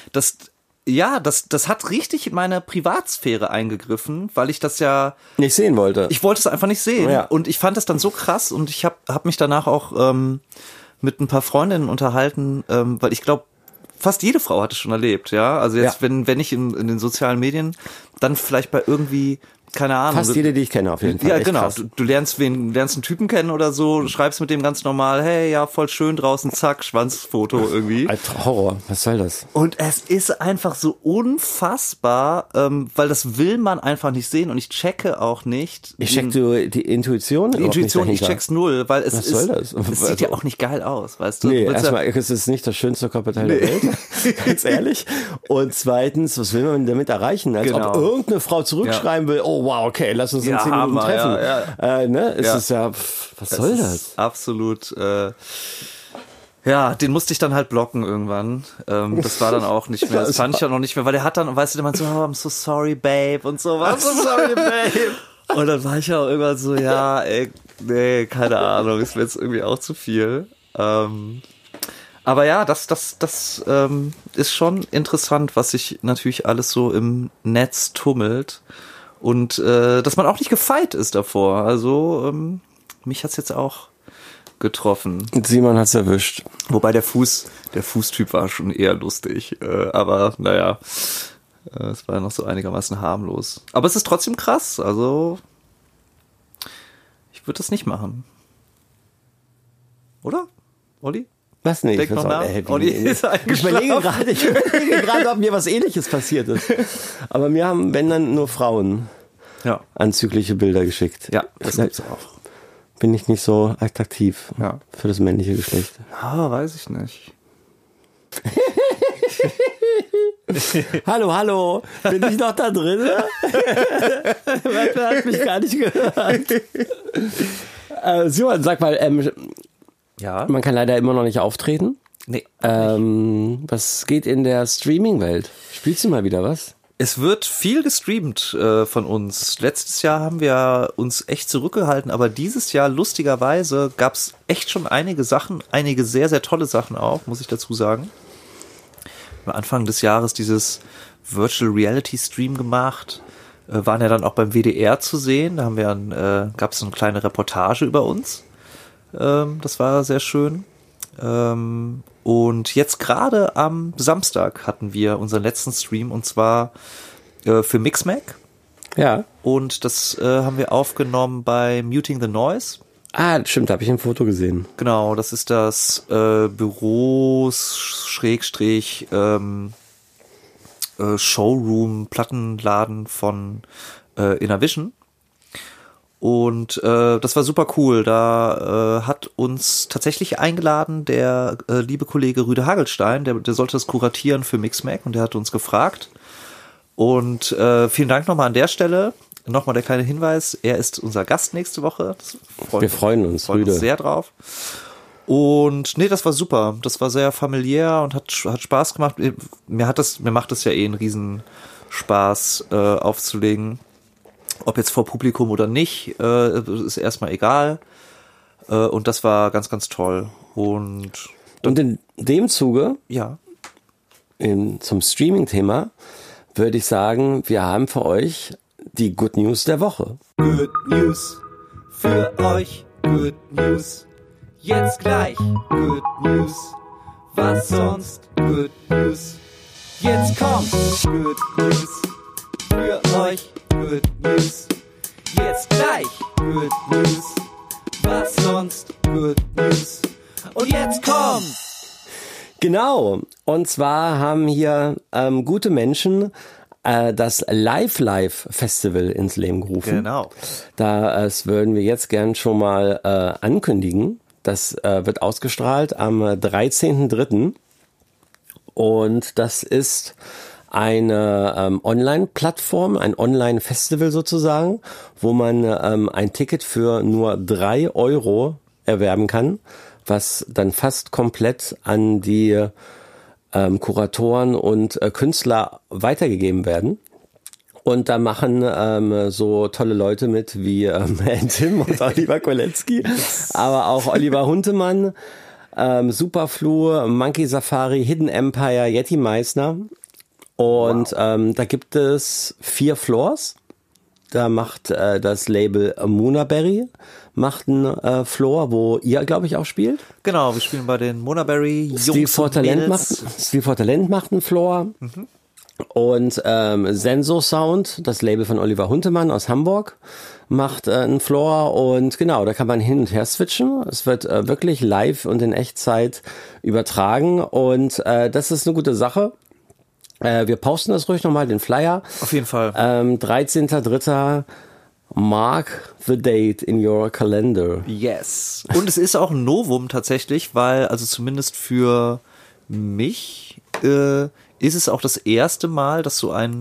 hat richtig in meine Privatsphäre eingegriffen, weil ich das ja nicht sehen wollte. Ich wollte es einfach nicht sehen. Ja. Und ich fand das dann so krass und ich hab mich danach auch mit ein paar Freundinnen unterhalten, weil ich glaube, fast jede Frau hat es schon erlebt, ja. Also jetzt, wenn ich in den sozialen Medien, dann vielleicht bei irgendwie, keine Ahnung. Fast jede, die ich kenne, auf jeden Fall. Ja, genau. Du lernst einen Typen kennen oder so, du schreibst mit dem ganz normal, hey, ja, voll schön draußen, zack, Schwanzfoto irgendwie. Alter, Horror, was soll das? Und es ist einfach so unfassbar, weil das will man einfach nicht sehen und ich checke auch nicht. Ich check die Intuition? Die Intuition, ich check's null, weil es soll das? Es sieht ja auch nicht geil aus, weißt du? Nee, erstmal, es ist nicht das schönste Körperteil der Welt, ganz ehrlich. Und zweitens, was will man damit erreichen? Als ob irgendeine Frau zurückschreiben will, oh wow, okay, lass uns in 10 Minuten treffen. Ist ja, was soll das? Absolut, den musste ich dann halt blocken irgendwann. Das war dann auch nicht mehr, das fand ich ja noch nicht mehr, weil der hat dann, weißt du, der meinte so, oh, I'm so sorry, babe, und sowas. I'm so sorry, babe. Und dann war ich ja auch irgendwann so, ja, ey, nee, keine Ahnung, ist mir jetzt irgendwie auch zu viel. Aber ja, das ist schon interessant, was sich natürlich alles so im Netz tummelt. Und dass man auch nicht gefeit ist davor. Also mich hat's jetzt auch getroffen. Simon hat's erwischt. Wobei der Fußtyp war schon eher lustig. Aber naja, es war ja noch so einigermaßen harmlos. Aber es ist trotzdem krass. Also ich würde das nicht machen. Oder, Olli? Was nicht? Denk noch nach. Olli ist ich überlege gerade, ob mir was Ähnliches passiert ist. Aber mir haben, wenn dann, nur Frauen anzügliche Bilder geschickt. Ja, das gibt's auch. Bin ich nicht so attraktiv für das männliche Geschlecht. Ah, weiß ich nicht. Hallo, bin ich noch da drin? Man hat mich gar nicht gehört. Simon, sag mal, man kann leider immer noch nicht auftreten. Nee. Was geht in der Streaming-Welt? Spielst du mal wieder was? Es wird viel gestreamt von uns. Letztes Jahr haben wir uns echt zurückgehalten, aber dieses Jahr, lustigerweise, gab es echt schon einige Sachen, einige sehr, sehr tolle Sachen auch, muss ich dazu sagen. Am Anfang des Jahres dieses Virtual Reality Stream gemacht, waren ja dann auch beim WDR zu sehen. Da haben wir gab es so eine kleine Reportage über uns. Das war sehr schön. Und jetzt gerade am Samstag hatten wir unseren letzten Stream und zwar für Mixmag. Ja. Und das haben wir aufgenommen bei Muting the Noise. Ah, stimmt, da habe ich ein Foto gesehen. Genau, das ist das Büros Showroom-Plattenladen von Innervision. Und das war super cool. Da hat uns tatsächlich eingeladen der liebe Kollege Rüde Hagelstein, der sollte das kuratieren für Mixmag und der hat uns gefragt. Und vielen Dank nochmal an der Stelle. Nochmal der kleine Hinweis, er ist unser Gast nächste Woche. Wir freuen uns, Rüde. Sehr drauf. Und nee, das war super. Das war sehr familiär und hat Spaß gemacht. Mir macht es ja einen riesen Spaß aufzulegen. Ob jetzt vor Publikum oder nicht, ist erstmal egal. Und das war ganz, ganz toll. Und in dem Zuge, ja, zum Streaming-Thema, würde ich sagen, wir haben für euch die Good News der Woche. Good News für euch. Good News. Jetzt gleich. Good News. Was sonst? Good News. Jetzt kommt. Good News für euch. Good News. Jetzt gleich. Good News. Was sonst? Good News. Und jetzt kommt. Genau. Und zwar haben hier gute Menschen das Live Festival ins Leben gerufen. Genau. Das würden wir jetzt gern schon mal ankündigen. Das wird ausgestrahlt am 13.03. Und das ist eine Online-Plattform, ein Online-Festival sozusagen, wo man ein Ticket für nur 3 Euro erwerben kann, was dann fast komplett an die Kuratoren und Künstler weitergegeben werden. Und da machen so tolle Leute mit wie Tim und Oliver Kolecki, aber auch Oliver Huntemann, Superflu, Monkey Safari, Hidden Empire, Yeti Meissner. Und da gibt es 4 Floors. Da macht das Label Moonaberry macht einen Floor, wo ihr, glaube ich, auch spielt. Genau, wir spielen bei den Moonaberry Jungs Steel for Talent macht einen Floor. Mhm. Und Senso Sound, das Label von Oliver Huntemann aus Hamburg, macht einen Floor. Und genau, da kann man hin und her switchen. Es wird wirklich live und in Echtzeit übertragen. Und das ist eine gute Sache. Wir posten das ruhig nochmal, den Flyer. Auf jeden Fall. 13.03. Mark the date in your calendar. Yes. Und es ist auch ein Novum tatsächlich, weil, also zumindest für mich, ist es auch das erste Mal, dass so ein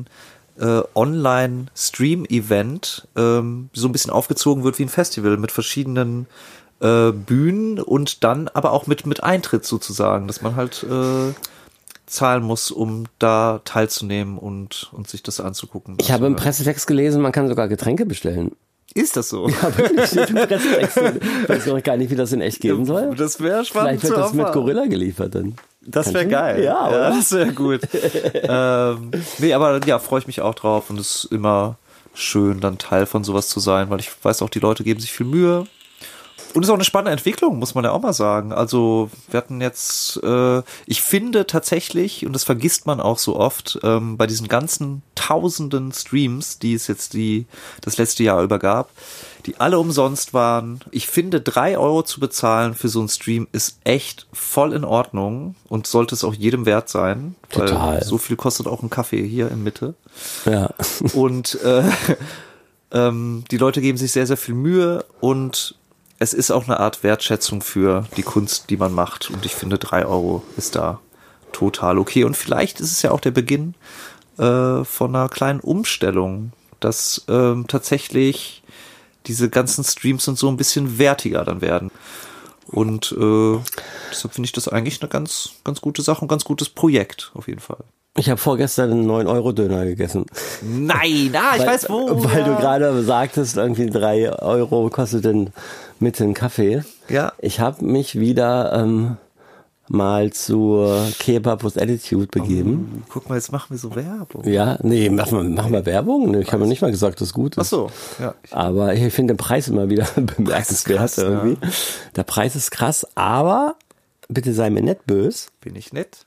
Online-Stream-Event so ein bisschen aufgezogen wird wie ein Festival mit verschiedenen Bühnen und dann aber auch mit Eintritt sozusagen, dass man halt zahlen muss, um da teilzunehmen und sich das anzugucken. Ich habe im Pressetext gelesen, man kann sogar Getränke bestellen. Ist das so? Ja, wirklich, steht im Pressetext. Ich weiß noch gar nicht, wie das in echt geben soll. Das wäre spannend. Vielleicht wird das mit Gorilla geliefert dann. Das wäre geil. Ja, oder? Das wäre gut. Nee, aber ja, freue ich mich auch drauf und es ist immer schön, dann Teil von sowas zu sein, weil ich weiß auch, die Leute geben sich viel Mühe. Und es ist auch eine spannende Entwicklung, muss man ja auch mal sagen. Also wir hatten jetzt, ich finde tatsächlich, und das vergisst man auch so oft, bei diesen ganzen tausenden Streams, die es jetzt das letzte Jahr über gab, die alle umsonst waren. Ich finde, 3 Euro zu bezahlen für so einen Stream ist echt voll in Ordnung und sollte es auch jedem wert sein. Total. Weil so viel kostet auch ein Kaffee hier in Mitte. Ja. Und die Leute geben sich sehr, sehr viel Mühe und es ist auch eine Art Wertschätzung für die Kunst, die man macht. Und ich finde, 3 Euro ist da total okay. Und vielleicht ist es ja auch der Beginn von einer kleinen Umstellung, dass tatsächlich diese ganzen Streams und so ein bisschen wertiger dann werden. Und deshalb finde ich das eigentlich eine ganz, ganz gute Sache und ganz gutes Projekt auf jeden Fall. Ich habe vorgestern einen 9-Euro-Döner gegessen. Nein, ich weiß wo. Weil du gerade sagtest, irgendwie 3 Euro kostet denn mit dem Kaffee. Ja. Ich habe mich wieder mal zur Kebab with Attitude begeben. Guck mal, jetzt machen wir so Werbung. Ja, nee, machen wir Werbung? Nee, ich habe nicht mal gesagt, dass es gut ist. Ach so, ja. Aber ich finde den Preis immer wieder bemerkenswert krass, irgendwie. Ja. Der Preis ist krass, aber bitte sei mir nicht böse. Bin ich nett?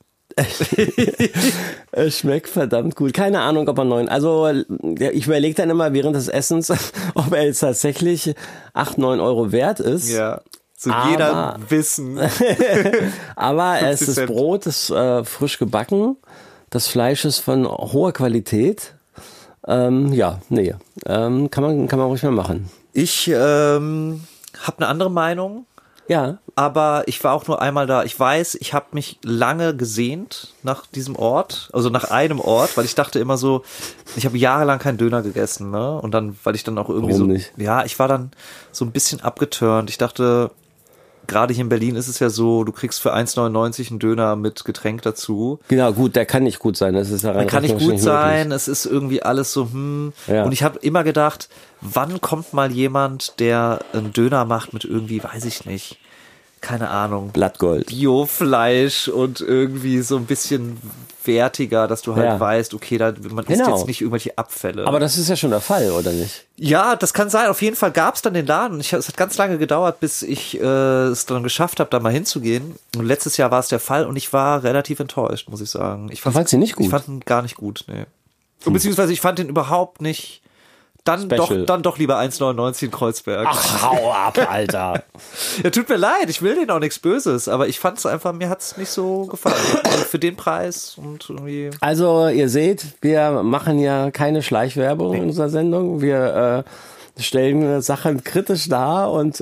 Es schmeckt verdammt gut. Keine Ahnung, ob er 9. Also ich überlege dann immer während des Essens, ob er jetzt tatsächlich 8-9 Euro wert ist. Ja, so jeder wissen. Aber es ist das Brot, ist frisch gebacken. Das Fleisch ist von hoher Qualität. Kann man ruhig mal machen. Ich habe eine andere Meinung. Ja. Aber ich war auch nur einmal da. Ich weiß, ich habe mich lange gesehnt nach diesem Ort, also nach einem Ort, weil ich dachte immer so, ich habe jahrelang keinen Döner gegessen, ne? Und dann, weil ich dann auch irgendwie Warum so, nicht? ja, ich war dann so ein bisschen abgeturnt. Ich dachte, gerade hier in Berlin ist es ja so, du kriegst für 1,99 einen Döner mit Getränk dazu. Genau, gut, der kann nicht gut sein. Das ist Der kann nicht gut sein, es ist irgendwie alles so, Ja. Und ich habe immer gedacht, wann kommt mal jemand, der einen Döner macht mit irgendwie, weiß ich nicht, keine Ahnung, Blattgold. Biofleisch und irgendwie so ein bisschen wertiger, dass du halt weißt, okay, man isst Genau. jetzt nicht irgendwelche Abfälle. Aber das ist ja schon der Fall, oder nicht? Ja, das kann sein. Auf jeden Fall gab es dann den Laden. Es hat ganz lange gedauert, bis ich es dann geschafft habe, da mal hinzugehen. Und letztes Jahr war es der Fall und ich war relativ enttäuscht, muss ich sagen. Du fandst ihn nicht gut? Ich fand ihn gar nicht gut, nee. Beziehungsweise ich fand ihn überhaupt nicht. Dann Special. doch lieber 1,99 in Kreuzberg. Ach, hau ab, Alter. Ja, tut mir leid, ich will denen auch nichts Böses, aber ich fand es einfach, mir hat es nicht so gefallen. Also für den Preis und irgendwie. Also, ihr seht, wir machen ja keine Schleichwerbung in unserer Sendung. Wir stellen Sachen kritisch dar und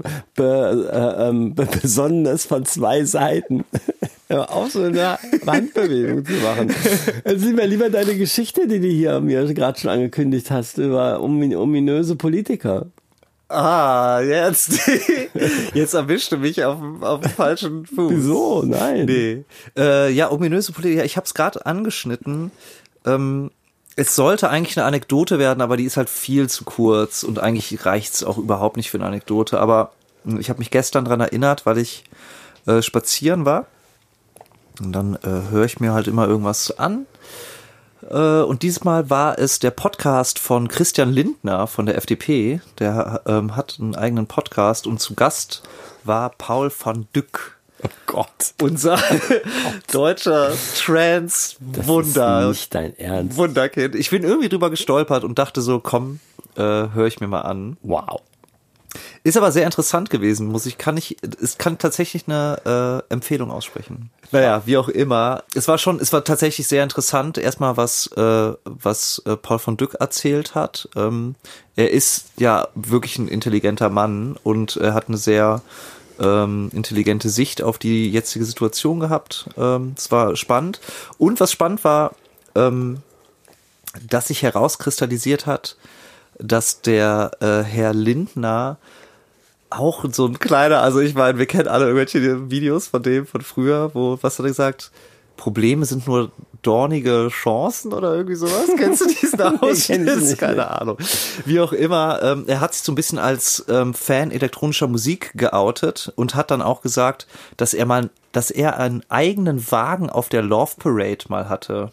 besonnen es von zwei Seiten. Hör auf, so eine Handbewegung zu machen. Erzähl mir lieber deine Geschichte, die du hier mir gerade schon angekündigt hast, über ominöse Politiker. Ah, jetzt erwischte mich auf dem falschen Fuß. Wieso? Nein. Nee. Ja, ominöse Politiker, ich habe es gerade angeschnitten. Es sollte eigentlich eine Anekdote werden, aber die ist halt viel zu kurz und eigentlich reicht's auch überhaupt nicht für eine Anekdote. Aber ich habe mich gestern dran erinnert, weil ich spazieren war. Und dann höre ich mir halt immer irgendwas an. Und diesmal war es der Podcast von Christian Lindner von der FDP. Der hat einen eigenen Podcast und zu Gast war Paul van Dyck. Oh Gott. Unser deutscher Trans-Wunder. Das ist nicht dein Ernst. Wunderkind. Ich bin irgendwie drüber gestolpert und dachte so, komm, höre ich mir mal an. Wow. Ist aber sehr interessant gewesen, es kann tatsächlich eine Empfehlung aussprechen. Naja, wie auch immer. Es war tatsächlich sehr interessant. Erstmal was Paul van Dyck erzählt hat. Er ist ja wirklich ein intelligenter Mann und er hat eine sehr intelligente Sicht auf die jetzige Situation gehabt. Es war spannend. Und was spannend war, dass sich herauskristallisiert hat, dass der Herr Lindner auch so ein kleiner, also ich meine, wir kennen alle irgendwelche Videos von dem von früher, was hat er gesagt? Probleme sind nur dornige Chancen oder irgendwie sowas. Kennst du diesen Ausschnitt? Keine Ahnung. Wie auch immer, er hat sich so ein bisschen als Fan elektronischer Musik geoutet und hat dann auch gesagt, dass er einen eigenen Wagen auf der Love Parade mal hatte.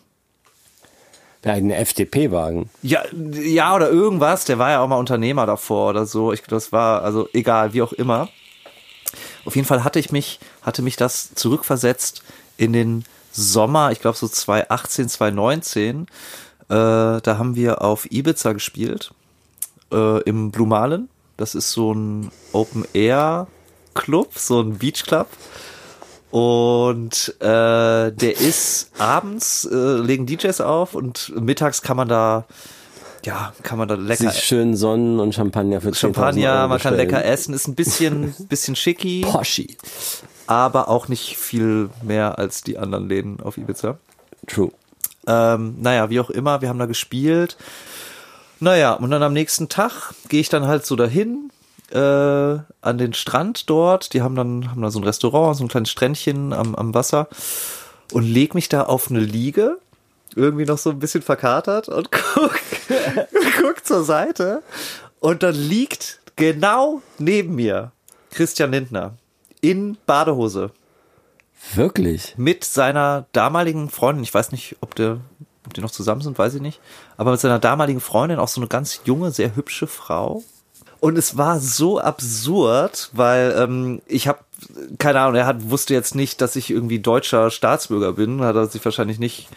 Einen FDP-Wagen. Ja, oder irgendwas. Der war ja auch mal Unternehmer davor oder so. Das war, also egal, wie auch immer. Auf jeden Fall hatte mich das zurückversetzt in den Sommer, ich glaube so 2018, 2019. Da haben wir auf Ibiza gespielt, im Blue Marlin. Das ist so ein Open-Air-Club, so ein Beach-Club. Und der ist abends, legen DJs auf und mittags kann man da lecker sich schön sonnen und Champagner für 10.000 Champagner, man kann bestellen. lecker essen, ist ein bisschen schicki, Poschi. aber auch nicht viel mehr als die anderen Läden auf Ibiza. True. Naja, wie auch immer, wir haben da gespielt. Naja, und dann am nächsten Tag gehe ich dann halt so dahin, an den Strand dort. Die haben dann so ein Restaurant, so ein kleines Strändchen am Wasser und leg mich da auf eine Liege, irgendwie noch so ein bisschen verkatert und guck zur Seite und dann liegt genau neben mir Christian Lindner in Badehose. Wirklich? Mit seiner damaligen Freundin, ich weiß nicht, ob die noch zusammen sind, weiß ich nicht, aber mit seiner damaligen Freundin, auch so eine ganz junge, sehr hübsche Frau. Und es war so absurd, weil ich habe, keine Ahnung, wusste jetzt nicht, dass ich irgendwie deutscher Staatsbürger bin, hat er sich wahrscheinlich nichts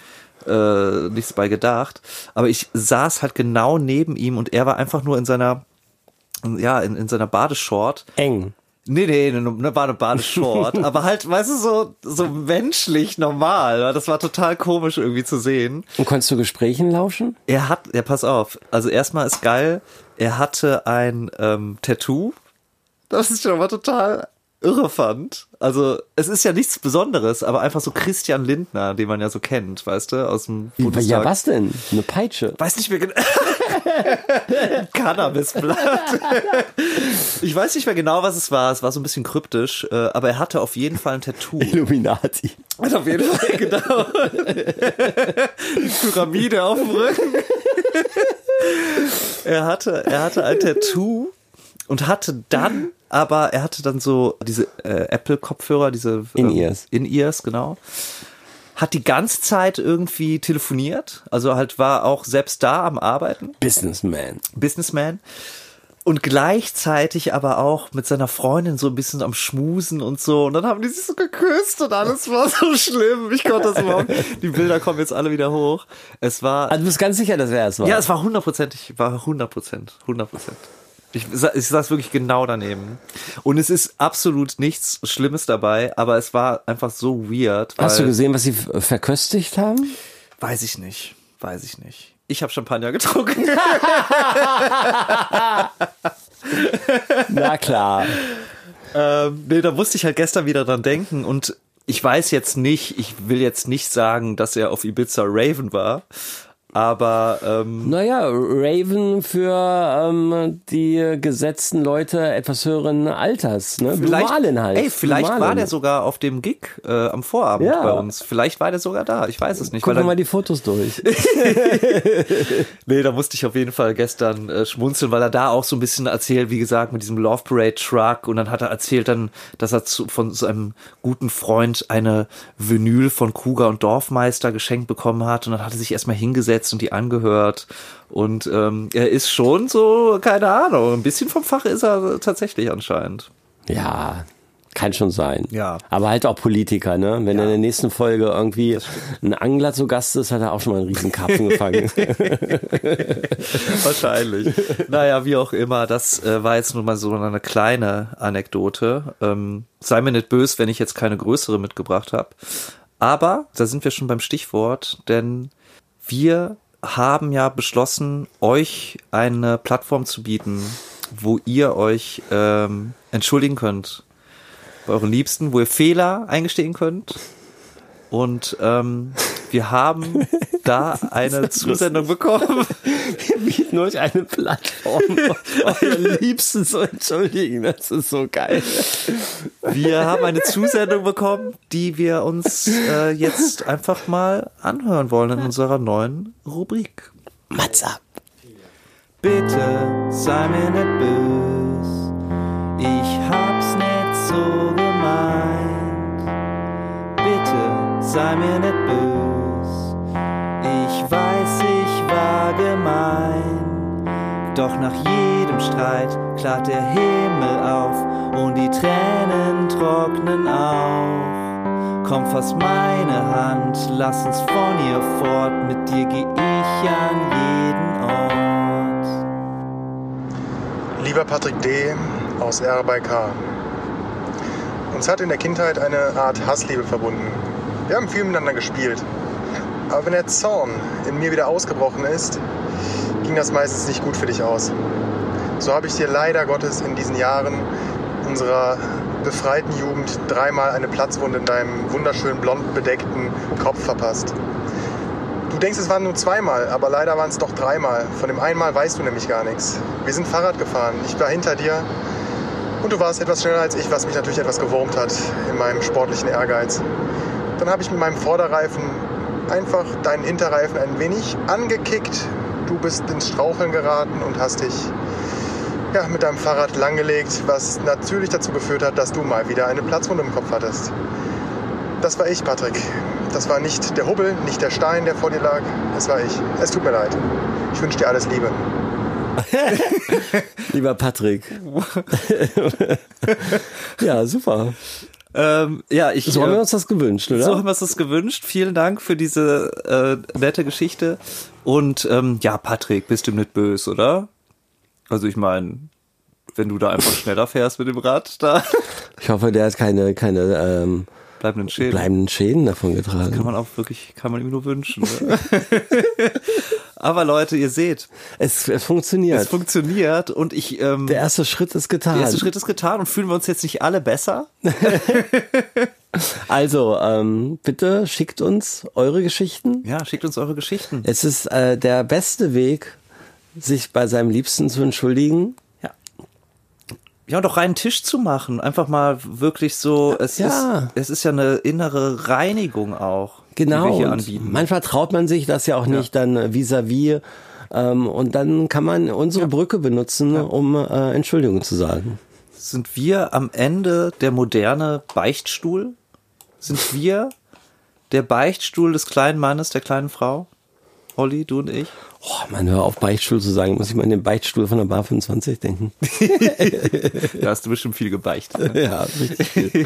bei gedacht. Aber ich saß halt genau neben ihm und er war einfach nur in seiner, in seiner Badeshort. Eng. Nee, war eine Badeshort. Aber halt, weißt du, so menschlich normal. Das war total komisch irgendwie zu sehen. Und konntest du Gesprächen lauschen? Pass auf. Also erstmal ist geil, er hatte ein Tattoo, das ich schon mal total irre fand. Also es ist ja nichts Besonderes, aber einfach so Christian Lindner, den man ja so kennt, weißt du, aus dem Bundestag. Ja, was denn? Eine Peitsche? Weiß nicht mehr genau. Cannabisblatt. Ich weiß nicht mehr genau, was es war. Es war so ein bisschen kryptisch, aber er hatte auf jeden Fall ein Tattoo. Illuminati. Hat auf jeden Fall, genau. Die Pyramide auf dem Rücken. Er hatte ein Tattoo und hatte dann so diese Apple-Kopfhörer, diese In-Ears, genau. Hat die ganze Zeit irgendwie telefoniert, also halt war auch selbst da am Arbeiten. Businessman. Und gleichzeitig aber auch mit seiner Freundin so ein bisschen am Schmusen und so. Und dann haben die sich so geküsst und alles war so schlimm. Ich konnte das überhaupt. Die Bilder kommen jetzt alle wieder hoch. Es war. Also du bist ganz sicher, dass er es war? Ja, es war 100%. 100%. Ich saß wirklich genau daneben. Und es ist absolut nichts Schlimmes dabei, aber es war einfach so weird. Hast du gesehen, was sie verköstigt haben? Weiß ich nicht. Ich habe Champagner getrunken. Na klar. Nee, da musste ich halt gestern wieder dran denken und ich will jetzt nicht sagen, dass er auf Ibiza Raven war, aber naja, Raven für die gesetzten Leute etwas höheren Alters, ne? Normalen halt. Ey, vielleicht war der sogar auf dem Gig am Vorabend bei uns. Vielleicht war der sogar da, ich weiß es nicht. Gucken wir mal die Fotos durch. Nee, da musste ich auf jeden Fall gestern schmunzeln, weil er da auch so ein bisschen erzählt, wie gesagt, mit diesem Love Parade Truck und dann hat er erzählt dass er von seinem guten Freund eine Vinyl von Kruger und Dorfmeister geschenkt bekommen hat und dann hat er sich erstmal hingesetzt und die angehört und er ist schon so, keine Ahnung, ein bisschen vom Fach ist er tatsächlich anscheinend. Ja, kann schon sein. Ja. Aber halt auch Politiker, ne? Wenn er in der nächsten Folge irgendwie ein Angler zu Gast ist, hat er auch schon mal einen riesen Karpfen gefangen. Wahrscheinlich. Naja, wie auch immer, das war jetzt nur mal so eine kleine Anekdote. Sei mir nicht böse, wenn ich jetzt keine größere mitgebracht habe. Aber da sind wir schon beim Stichwort, denn wir haben ja beschlossen, euch eine Plattform zu bieten, wo ihr euch entschuldigen könnt bei euren Liebsten, wo ihr Fehler eingestehen könnt. Und wir haben da eine Zusendung bekommen. Wir bieten euch eine Plattform, euren Liebsten zu entschuldigen. Das ist so geil. Wir haben eine Zusendung bekommen, die wir uns jetzt einfach mal anhören wollen in unserer neuen Rubrik. Mats ab. Bitte sei mir nicht böse, ich hab's nicht so gemeint. Bitte sei mir nicht böse, ich weiß, ich war gemein. Doch nach jedem Streit klart der Himmel auf und die Tränen trocknen auch. Komm, fass meine Hand, lass uns von hier fort, mit dir geh ich an jeden Ort. Lieber Patrick D. aus R bei K. Uns hat in der Kindheit eine Art Hassliebe verbunden. Wir haben viel miteinander gespielt. Aber wenn der Zorn in mir wieder ausgebrochen ist, ging das meistens nicht gut für dich aus. So habe ich dir leider Gottes in diesen Jahren unserer befreiten Jugend dreimal eine Platzwunde in deinem wunderschön blond bedeckten Kopf verpasst. Du denkst, es waren nur zweimal, aber leider waren es doch dreimal. Von dem einmal weißt du nämlich gar nichts. Wir sind Fahrrad gefahren, ich war hinter dir und du warst etwas schneller als ich, was mich natürlich etwas gewurmt hat in meinem sportlichen Ehrgeiz. Dann habe ich mit meinem Vorderreifen einfach deinen Hinterreifen ein wenig angekickt. Du bist ins Straucheln geraten und hast dich mit deinem Fahrrad langgelegt, was natürlich dazu geführt hat, dass du mal wieder eine Platzwunde im Kopf hattest. Das war ich, Patrick. Das war nicht der Hubbel, nicht der Stein, der vor dir lag. Es war ich. Es tut mir leid. Ich wünsche dir alles Liebe. Lieber Patrick. Ja, super. So haben wir uns das gewünscht, oder? So haben wir uns das gewünscht. Vielen Dank für diese nette Geschichte. Und Patrick, bist du nicht böse, oder? Also ich meine, wenn du da einfach schneller fährst mit dem Rad, da Ich hoffe, der hat keine bleibenden Schäden. bleibenden Schäden davon getragen. Kann man ihm nur wünschen. Ne? Aber Leute, ihr seht, Es funktioniert. es funktioniert und Der erste Schritt ist getan. der erste Schritt ist getan und fühlen wir uns jetzt nicht alle besser? Also, bitte schickt uns eure Geschichten. Ja, schickt uns eure Geschichten. Es ist der beste Weg, sich bei seinem Liebsten zu entschuldigen. Ja, und auch reinen Tisch zu machen. Einfach mal wirklich so, es ist ja eine innere Reinigung auch, Genau. die wir hier Und anbieten. manchmal traut man sich das ja auch nicht dann vis-à-vis. Und dann kann man unsere Brücke benutzen, um Entschuldigung zu sagen. Sind wir am Ende der moderne Beichtstuhl? Sind wir der Beichtstuhl des kleinen Mannes, der kleinen Frau? Olli, du und ich? Oh Mann, hör auf, Beichtstuhl zu sagen. Muss ich mal an den Beichtstuhl von der Bar 25 denken. Da hast du bestimmt viel gebeichtet. Ne? Ja, richtig viel.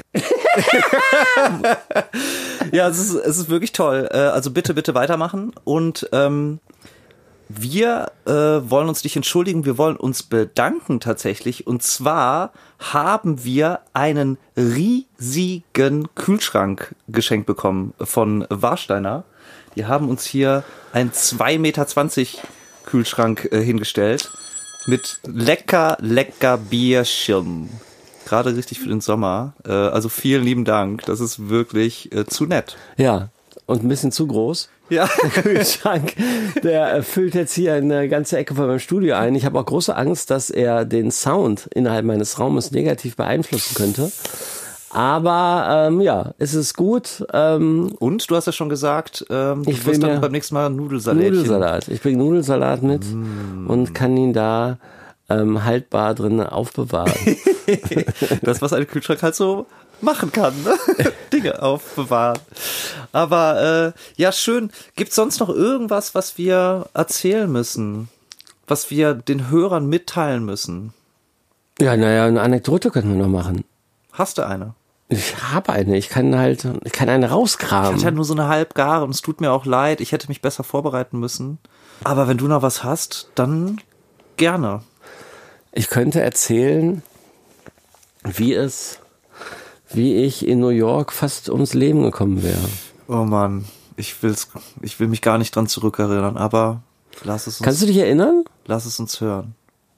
Ja, es ist wirklich toll. Also bitte, bitte weitermachen. Und wir wollen uns nicht entschuldigen, wir wollen uns bedanken tatsächlich. Und zwar haben wir einen riesigen Kühlschrank geschenkt bekommen von Warsteiner. Die haben uns hier einen 2,20 Meter Kühlschrank hingestellt mit lecker Bierchen. Gerade richtig für den Sommer. Also vielen lieben Dank. Das ist wirklich zu nett. Ja, und ein bisschen zu groß. Ja. Der Kühlschrank, der füllt jetzt hier eine ganze Ecke von meinem Studio ein. Ich habe auch große Angst, dass er den Sound innerhalb meines Raumes negativ beeinflussen könnte. Aber ja, es ist gut. Und du hast ja schon gesagt, du Ich wirst will dann mir beim nächsten Mal Nudelsalätchen. Nudelsalat. Ich bringe Nudelsalat mit und kann ihn da haltbar drin aufbewahren. Das, was ein Kühlschrank halt so machen kann, ne? Dinge aufbewahren. Aber ja, schön. Gibt's sonst noch irgendwas, was wir erzählen müssen? Was wir den Hörern mitteilen müssen? Ja, naja, eine Anekdote könnten wir noch machen. Hast du eine? Ich habe eine. Ich kann eine rauskramen. Ich hatte halt nur so eine halbgare und es tut mir auch leid. Ich hätte mich besser vorbereiten müssen. Aber wenn du noch was hast, dann gerne. Ich könnte erzählen, wie ich in New York fast ums Leben gekommen wäre. Oh Mann, ich will mich gar nicht dran zurückerinnern, aber Kannst du dich erinnern? Lass es uns hören.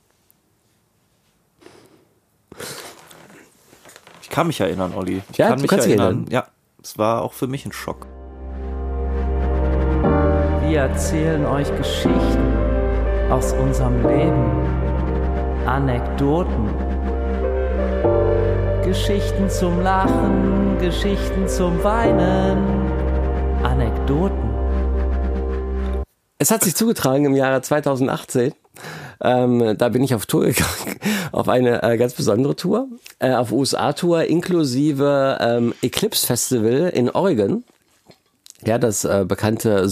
Ich kann mich erinnern, Olli. Ich Ja, kann du mich kannst dich erinnern. erinnern. Ja, es war auch für mich ein Schock. Wir erzählen euch Geschichten aus unserem Leben, Anekdoten, Geschichten zum Lachen, Geschichten zum Weinen, Anekdoten. Es hat sich zugetragen im Jahre 2018. Da bin ich auf Tour gegangen, auf eine ganz besondere Tour, auf USA-Tour inklusive Eclipse Festival in Oregon. Ja, das bekannte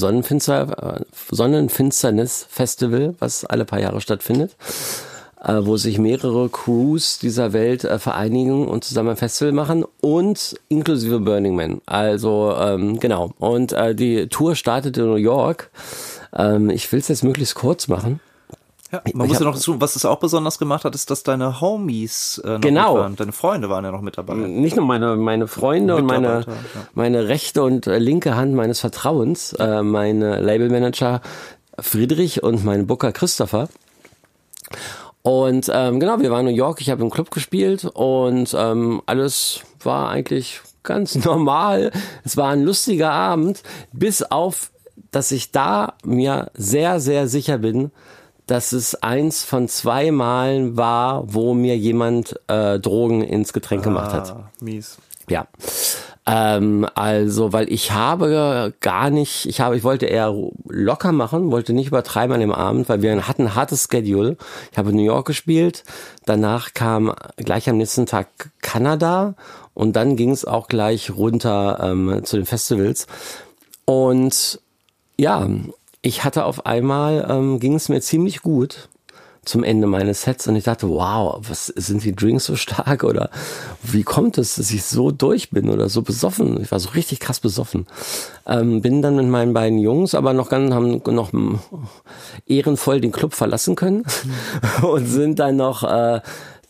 Sonnenfinsternis-Festival, was alle paar Jahre stattfindet, wo sich mehrere Crews dieser Welt vereinigen und zusammen ein Festival machen und inklusive Burning Man. Also genau. Und die Tour startet in New York. Ich will es jetzt möglichst kurz machen. Ja, man muss ja noch dazu, was es auch besonders gemacht hat, ist, dass deine Homies noch mit waren. Deine Freunde waren ja noch mit dabei. Nicht nur meine Freunde und meine rechte und linke Hand meines Vertrauens, meine Labelmanager Friedrich und mein Booker Christopher. Und genau, wir waren in New York, ich habe im Club gespielt und alles war eigentlich ganz normal. Es war ein lustiger Abend, bis auf, dass ich da mir sehr, sehr sicher bin, dass es 1 von 2 Malen war, wo mir jemand Drogen ins Getränk gemacht hat. Mies. Ja. Also, weil ich wollte eher locker machen, wollte nicht übertreiben an dem Abend, weil wir hatten ein hartes Schedule. Ich habe in New York gespielt, danach kam gleich am nächsten Tag Kanada und dann ging es auch gleich runter zu den Festivals. Und ja, ich hatte auf einmal, ging es mir ziemlich gut zum Ende meines Sets und ich dachte, wow, was sind die Drinks so stark oder wie kommt es, dass ich so durch bin oder so besoffen? Ich war so richtig krass besoffen. Bin dann mit meinen beiden Jungs, aber haben noch ehrenvoll den Club verlassen können und sind dann noch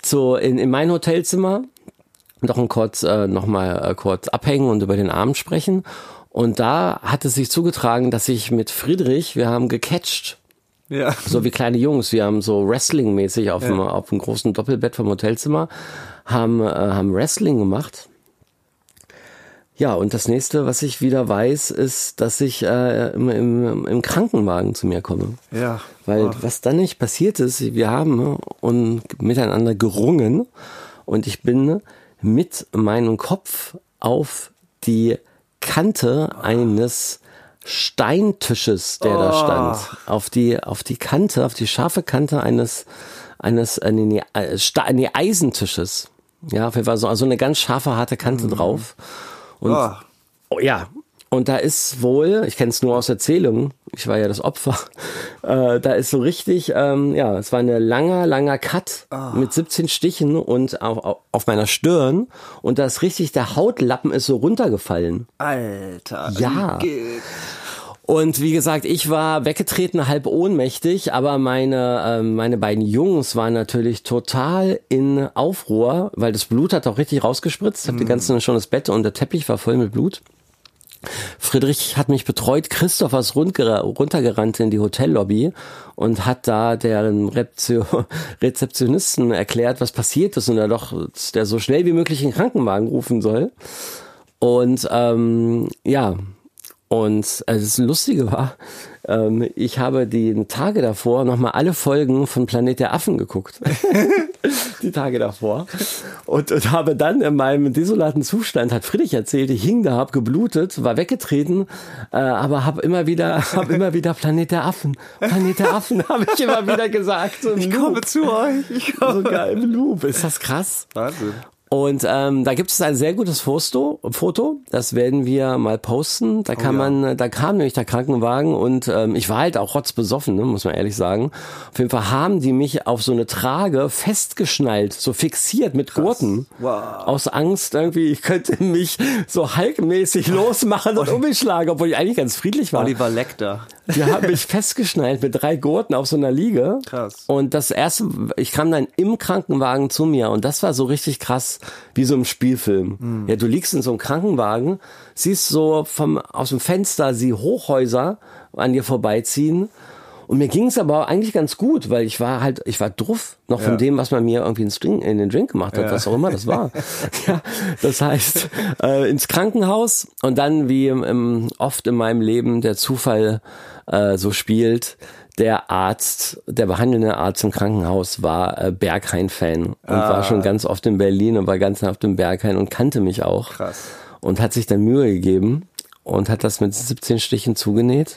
in mein Hotelzimmer, noch mal kurz abhängen und über den Abend sprechen. Und da hat es sich zugetragen, dass ich mit Friedrich, wir haben gecatcht. Ja. So wie kleine Jungs. Wir haben so Wrestling-mäßig auf dem großen Doppelbett vom Hotelzimmer haben Wrestling gemacht. Ja, und das nächste, was ich wieder weiß, ist, dass ich im Krankenwagen zu mir komme. Ja. Weil was dann nicht passiert ist, wir haben miteinander gerungen und ich bin mit meinem Kopf auf die Kante eines Steintisches, der da stand. Auf die Kante, auf die scharfe Kante eines Eisentisches. Ja, auf jeden Fall so eine ganz scharfe, harte Kante drauf. Und und da ist wohl, ich kenne es nur aus Erzählungen, ich war ja das Opfer, da ist so richtig, es war ein langer Cut mit 17 Stichen und auf meiner Stirn und da ist richtig, der Hautlappen ist so runtergefallen. Alter. Ja. Und wie gesagt, ich war weggetreten, halb ohnmächtig, aber meine beiden Jungs waren natürlich total in Aufruhr, weil das Blut hat auch richtig rausgespritzt. Ich habe die ganzen schon das Bett und der Teppich war voll mit Blut. Friedrich hat mich betreut, Christoph ist runtergerannt in die Hotellobby und hat da deren Rezeptionisten erklärt, was passiert ist und der so schnell wie möglich einen Krankenwagen rufen soll. Und und das Lustige war, ich habe die Tage davor nochmal alle Folgen von Planet der Affen geguckt. Die Tage davor. Und habe dann in meinem desolaten Zustand, hat Friedrich erzählt, ich hing da, hab geblutet, war weggetreten, aber hab immer wieder Planet der Affen, habe ich immer wieder gesagt. So ich komme zu euch. So geil im Loop. Ist das krass? Wahnsinn. Und da gibt es ein sehr gutes Foto, das werden wir mal posten. Da kam nämlich der Krankenwagen und ich war halt auch rotzbesoffen, ne, muss man ehrlich sagen. Auf jeden Fall haben die mich auf so eine Trage festgeschnallt, so fixiert mit Gurten. Wow. Aus Angst irgendwie, ich könnte mich so Hulk-mäßig losmachen und um mich schlagen, obwohl ich eigentlich ganz friedlich war. Oliver Lecter. Die haben mich festgeschnallt mit 3 Gurten auf so einer Liege. Krass. Und das erste, ich kam dann im Krankenwagen zu mir und das war so richtig krass, wie so im Spielfilm. Ja, du liegst in so einem Krankenwagen, siehst so aus dem Fenster die Hochhäuser an dir vorbeiziehen. Und mir ging es aber eigentlich ganz gut, weil ich war druff noch von dem, was man mir irgendwie in den Drink gemacht hat, was auch immer das war. Ja, das heißt, ins Krankenhaus und dann, wie oft in meinem Leben der Zufall so spielt, der behandelnde Arzt im Krankenhaus war Berghain-Fan und war schon ganz oft in Berlin und war ganz oft im Berghain und kannte mich auch. Krass. Und hat sich dann Mühe gegeben und hat das mit 17 Stichen zugenäht.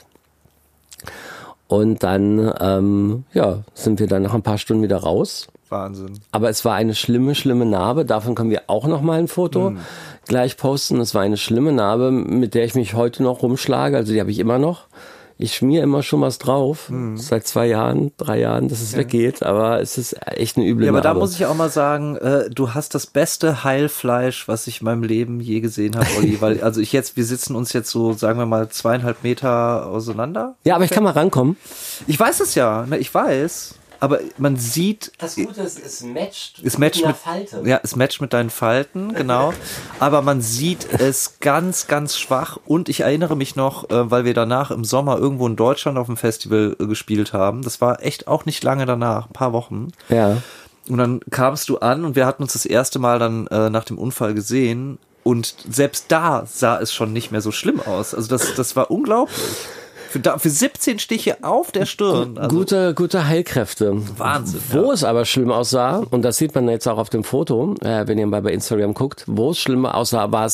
Und dann, sind wir dann nach ein paar Stunden wieder raus. Wahnsinn. Aber es war eine schlimme Narbe. Davon können wir auch noch mal ein Foto gleich posten. Es war eine schlimme Narbe, mit der ich mich heute noch rumschlage. Also die habe ich immer noch. Ich schmiere immer schon was drauf. Seit 2 Jahren, 3 Jahren, dass es weggeht. Aber es ist echt eine üble Narbe. Ja, aber da muss ich auch mal sagen, du hast das beste Heilfleisch, was ich in meinem Leben je gesehen habe, Olli. Weil, wir sitzen uns jetzt so, sagen wir mal, 2,5 Meter auseinander. Ja, aber ich kann mal rankommen. Ich weiß es ja, ne, ich weiß. Aber man sieht... Das Gute ist, es matcht mit einer Falte. Ja, es matcht mit deinen Falten, genau. Aber man sieht es ganz, ganz schwach. Und ich erinnere mich noch, weil wir danach im Sommer irgendwo in Deutschland auf dem Festival gespielt haben. Das war echt auch nicht lange danach, ein paar Wochen. Ja. Und dann kamst du an und wir hatten uns das erste Mal dann nach dem Unfall gesehen. Und selbst da sah es schon nicht mehr so schlimm aus. Also das war unglaublich. Für 17 Stiche auf der Stirn. Also gute Heilkräfte. Wahnsinn. Wo es aber schlimm aussah, und das sieht man jetzt auch auf dem Foto, wenn ihr mal bei Instagram guckt, wann es schlimm aussah, war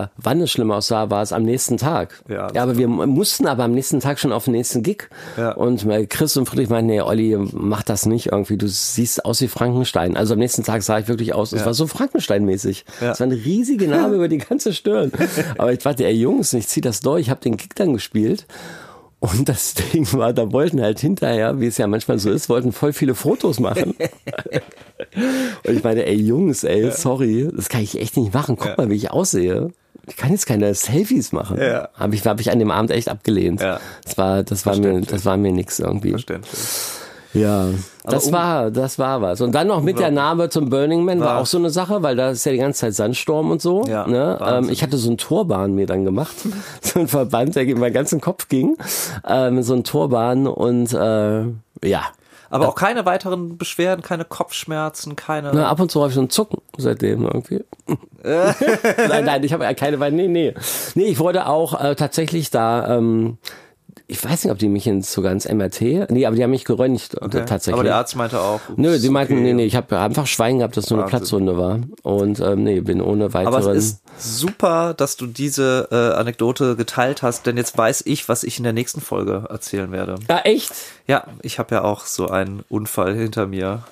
es am nächsten Tag. Ja, aber wir mussten aber am nächsten Tag schon auf den nächsten Gig. Ja. Und Chris und Friedrich meinten, nee, Olli, mach das nicht irgendwie, du siehst aus wie Frankenstein. Also am nächsten Tag sah ich wirklich aus, es war so Frankenstein-mäßig. Es war eine riesige Narbe über die ganze Stirn. Aber ich dachte, ey Jungs, ich zieh das durch, ich habe den Gig dann gespielt. Und das Ding war, da wollten halt hinterher, wie es ja manchmal so ist, wollten voll viele Fotos machen. Und ich meine, ey Jungs, sorry, das kann ich echt nicht machen. Guck mal, wie ich aussehe. Ich kann jetzt keine Selfies machen. Ja. Hab ich an dem Abend echt abgelehnt. Ja. Das war mir nix irgendwie. Verständlich. Ja, das Aber war was. Und dann noch mit der Narbe zum Burning Man war auch so eine Sache, weil da ist ja die ganze Zeit Sandsturm und so. Ja, ne? Ich hatte so einen Turban mir dann gemacht. So ein Verband, der in meinen ganzen Kopf ging. So ein Turban und ja. Aber auch keine weiteren Beschwerden, keine Kopfschmerzen, keine... Na, ab und zu habe ich so einen Zucken seitdem irgendwie. Nein, ich habe ja keine Weine. Nee, ich wurde auch tatsächlich da... ich weiß nicht, ob die mich sogar ins MRT... Nee, aber die haben mich geröntgt tatsächlich. Aber der Arzt meinte auch... Nö, die meinten, nee, ich habe einfach Schwein gehabt, dass es nur eine Platzwunde war. Und bin ohne weiteren... Aber es ist super, dass du diese Anekdote geteilt hast, denn jetzt weiß ich, was ich in der nächsten Folge erzählen werde. Ah, echt? Ja, ich habe ja auch so einen Unfall hinter mir.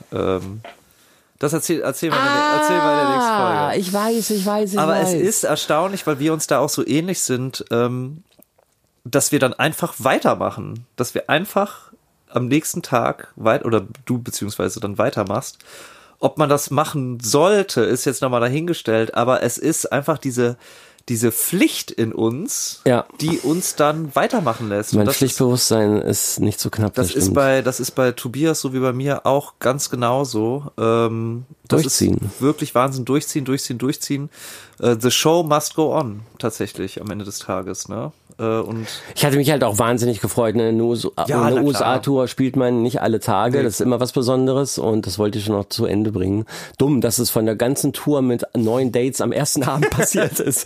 Das erzähl mal in der nächsten Folge. Ich weiß. Aber es ist erstaunlich, weil wir uns da auch so ähnlich sind, dass wir dann einfach weitermachen. Dass wir einfach am nächsten Tag oder du beziehungsweise dann weitermachst. Ob man das machen sollte, ist jetzt nochmal dahingestellt, aber es ist einfach diese Pflicht in uns, die uns dann weitermachen lässt. Mein Pflichtbewusstsein ist nicht so knapp. Das ist bei Tobias so wie bei mir auch ganz genauso. Durchziehen. Ist wirklich Wahnsinn. Durchziehen. The show must go on, tatsächlich am Ende des Tages, ne? Und ich hatte mich halt auch wahnsinnig gefreut. Ne? Eine USA-Tour spielt man nicht alle Tage. Nee. Das ist immer was Besonderes und das wollte ich schon noch zu Ende bringen. Dumm, dass es von der ganzen Tour mit 9 Dates am ersten Abend passiert ist.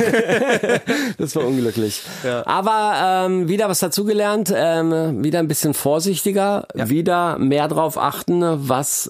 Das war unglücklich. Ja. Aber wieder was dazugelernt, wieder ein bisschen vorsichtiger, wieder mehr drauf achten, was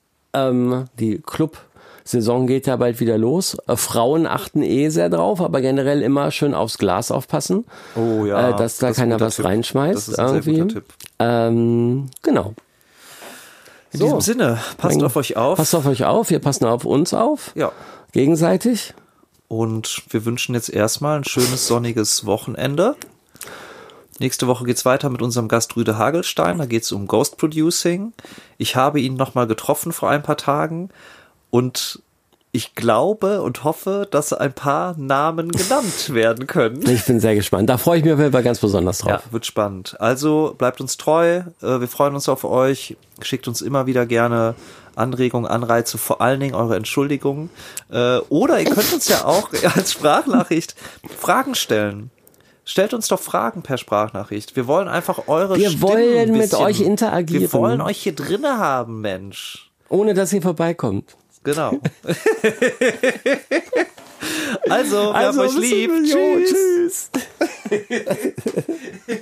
die Saison geht ja bald wieder los. Frauen achten sehr drauf, aber generell immer schön aufs Glas aufpassen. Oh ja. Dass da keiner was reinschmeißt. Das ist ein sehr guter Tipp. Genau. In diesem Sinne, passt auf euch auf. Passt auf euch auf, wir passen auf uns auf. Ja. Gegenseitig. Und wir wünschen jetzt erstmal ein schönes sonniges Wochenende. Nächste Woche geht's weiter mit unserem Gast Rüde Hagelstein. Da geht's um Ghost Producing. Ich habe ihn nochmal getroffen vor ein paar Tagen. Und ich glaube und hoffe, dass ein paar Namen genannt werden können. Ich bin sehr gespannt. Da freue ich mich auf jeden Fall ganz besonders drauf. Ja, wird spannend. Also bleibt uns treu. Wir freuen uns auf euch. Schickt uns immer wieder gerne Anregungen, Anreize, vor allen Dingen eure Entschuldigungen. Oder ihr könnt uns ja auch als Sprachnachricht Fragen stellen. Stellt uns doch Fragen per Sprachnachricht. Wir wollen einfach eure Stimmen wollen mit euch interagieren. Wir wollen euch hier drinne haben, Mensch. Ohne dass ihr vorbeikommt. Genau. Also, wir haben euch lieb. Tschüss.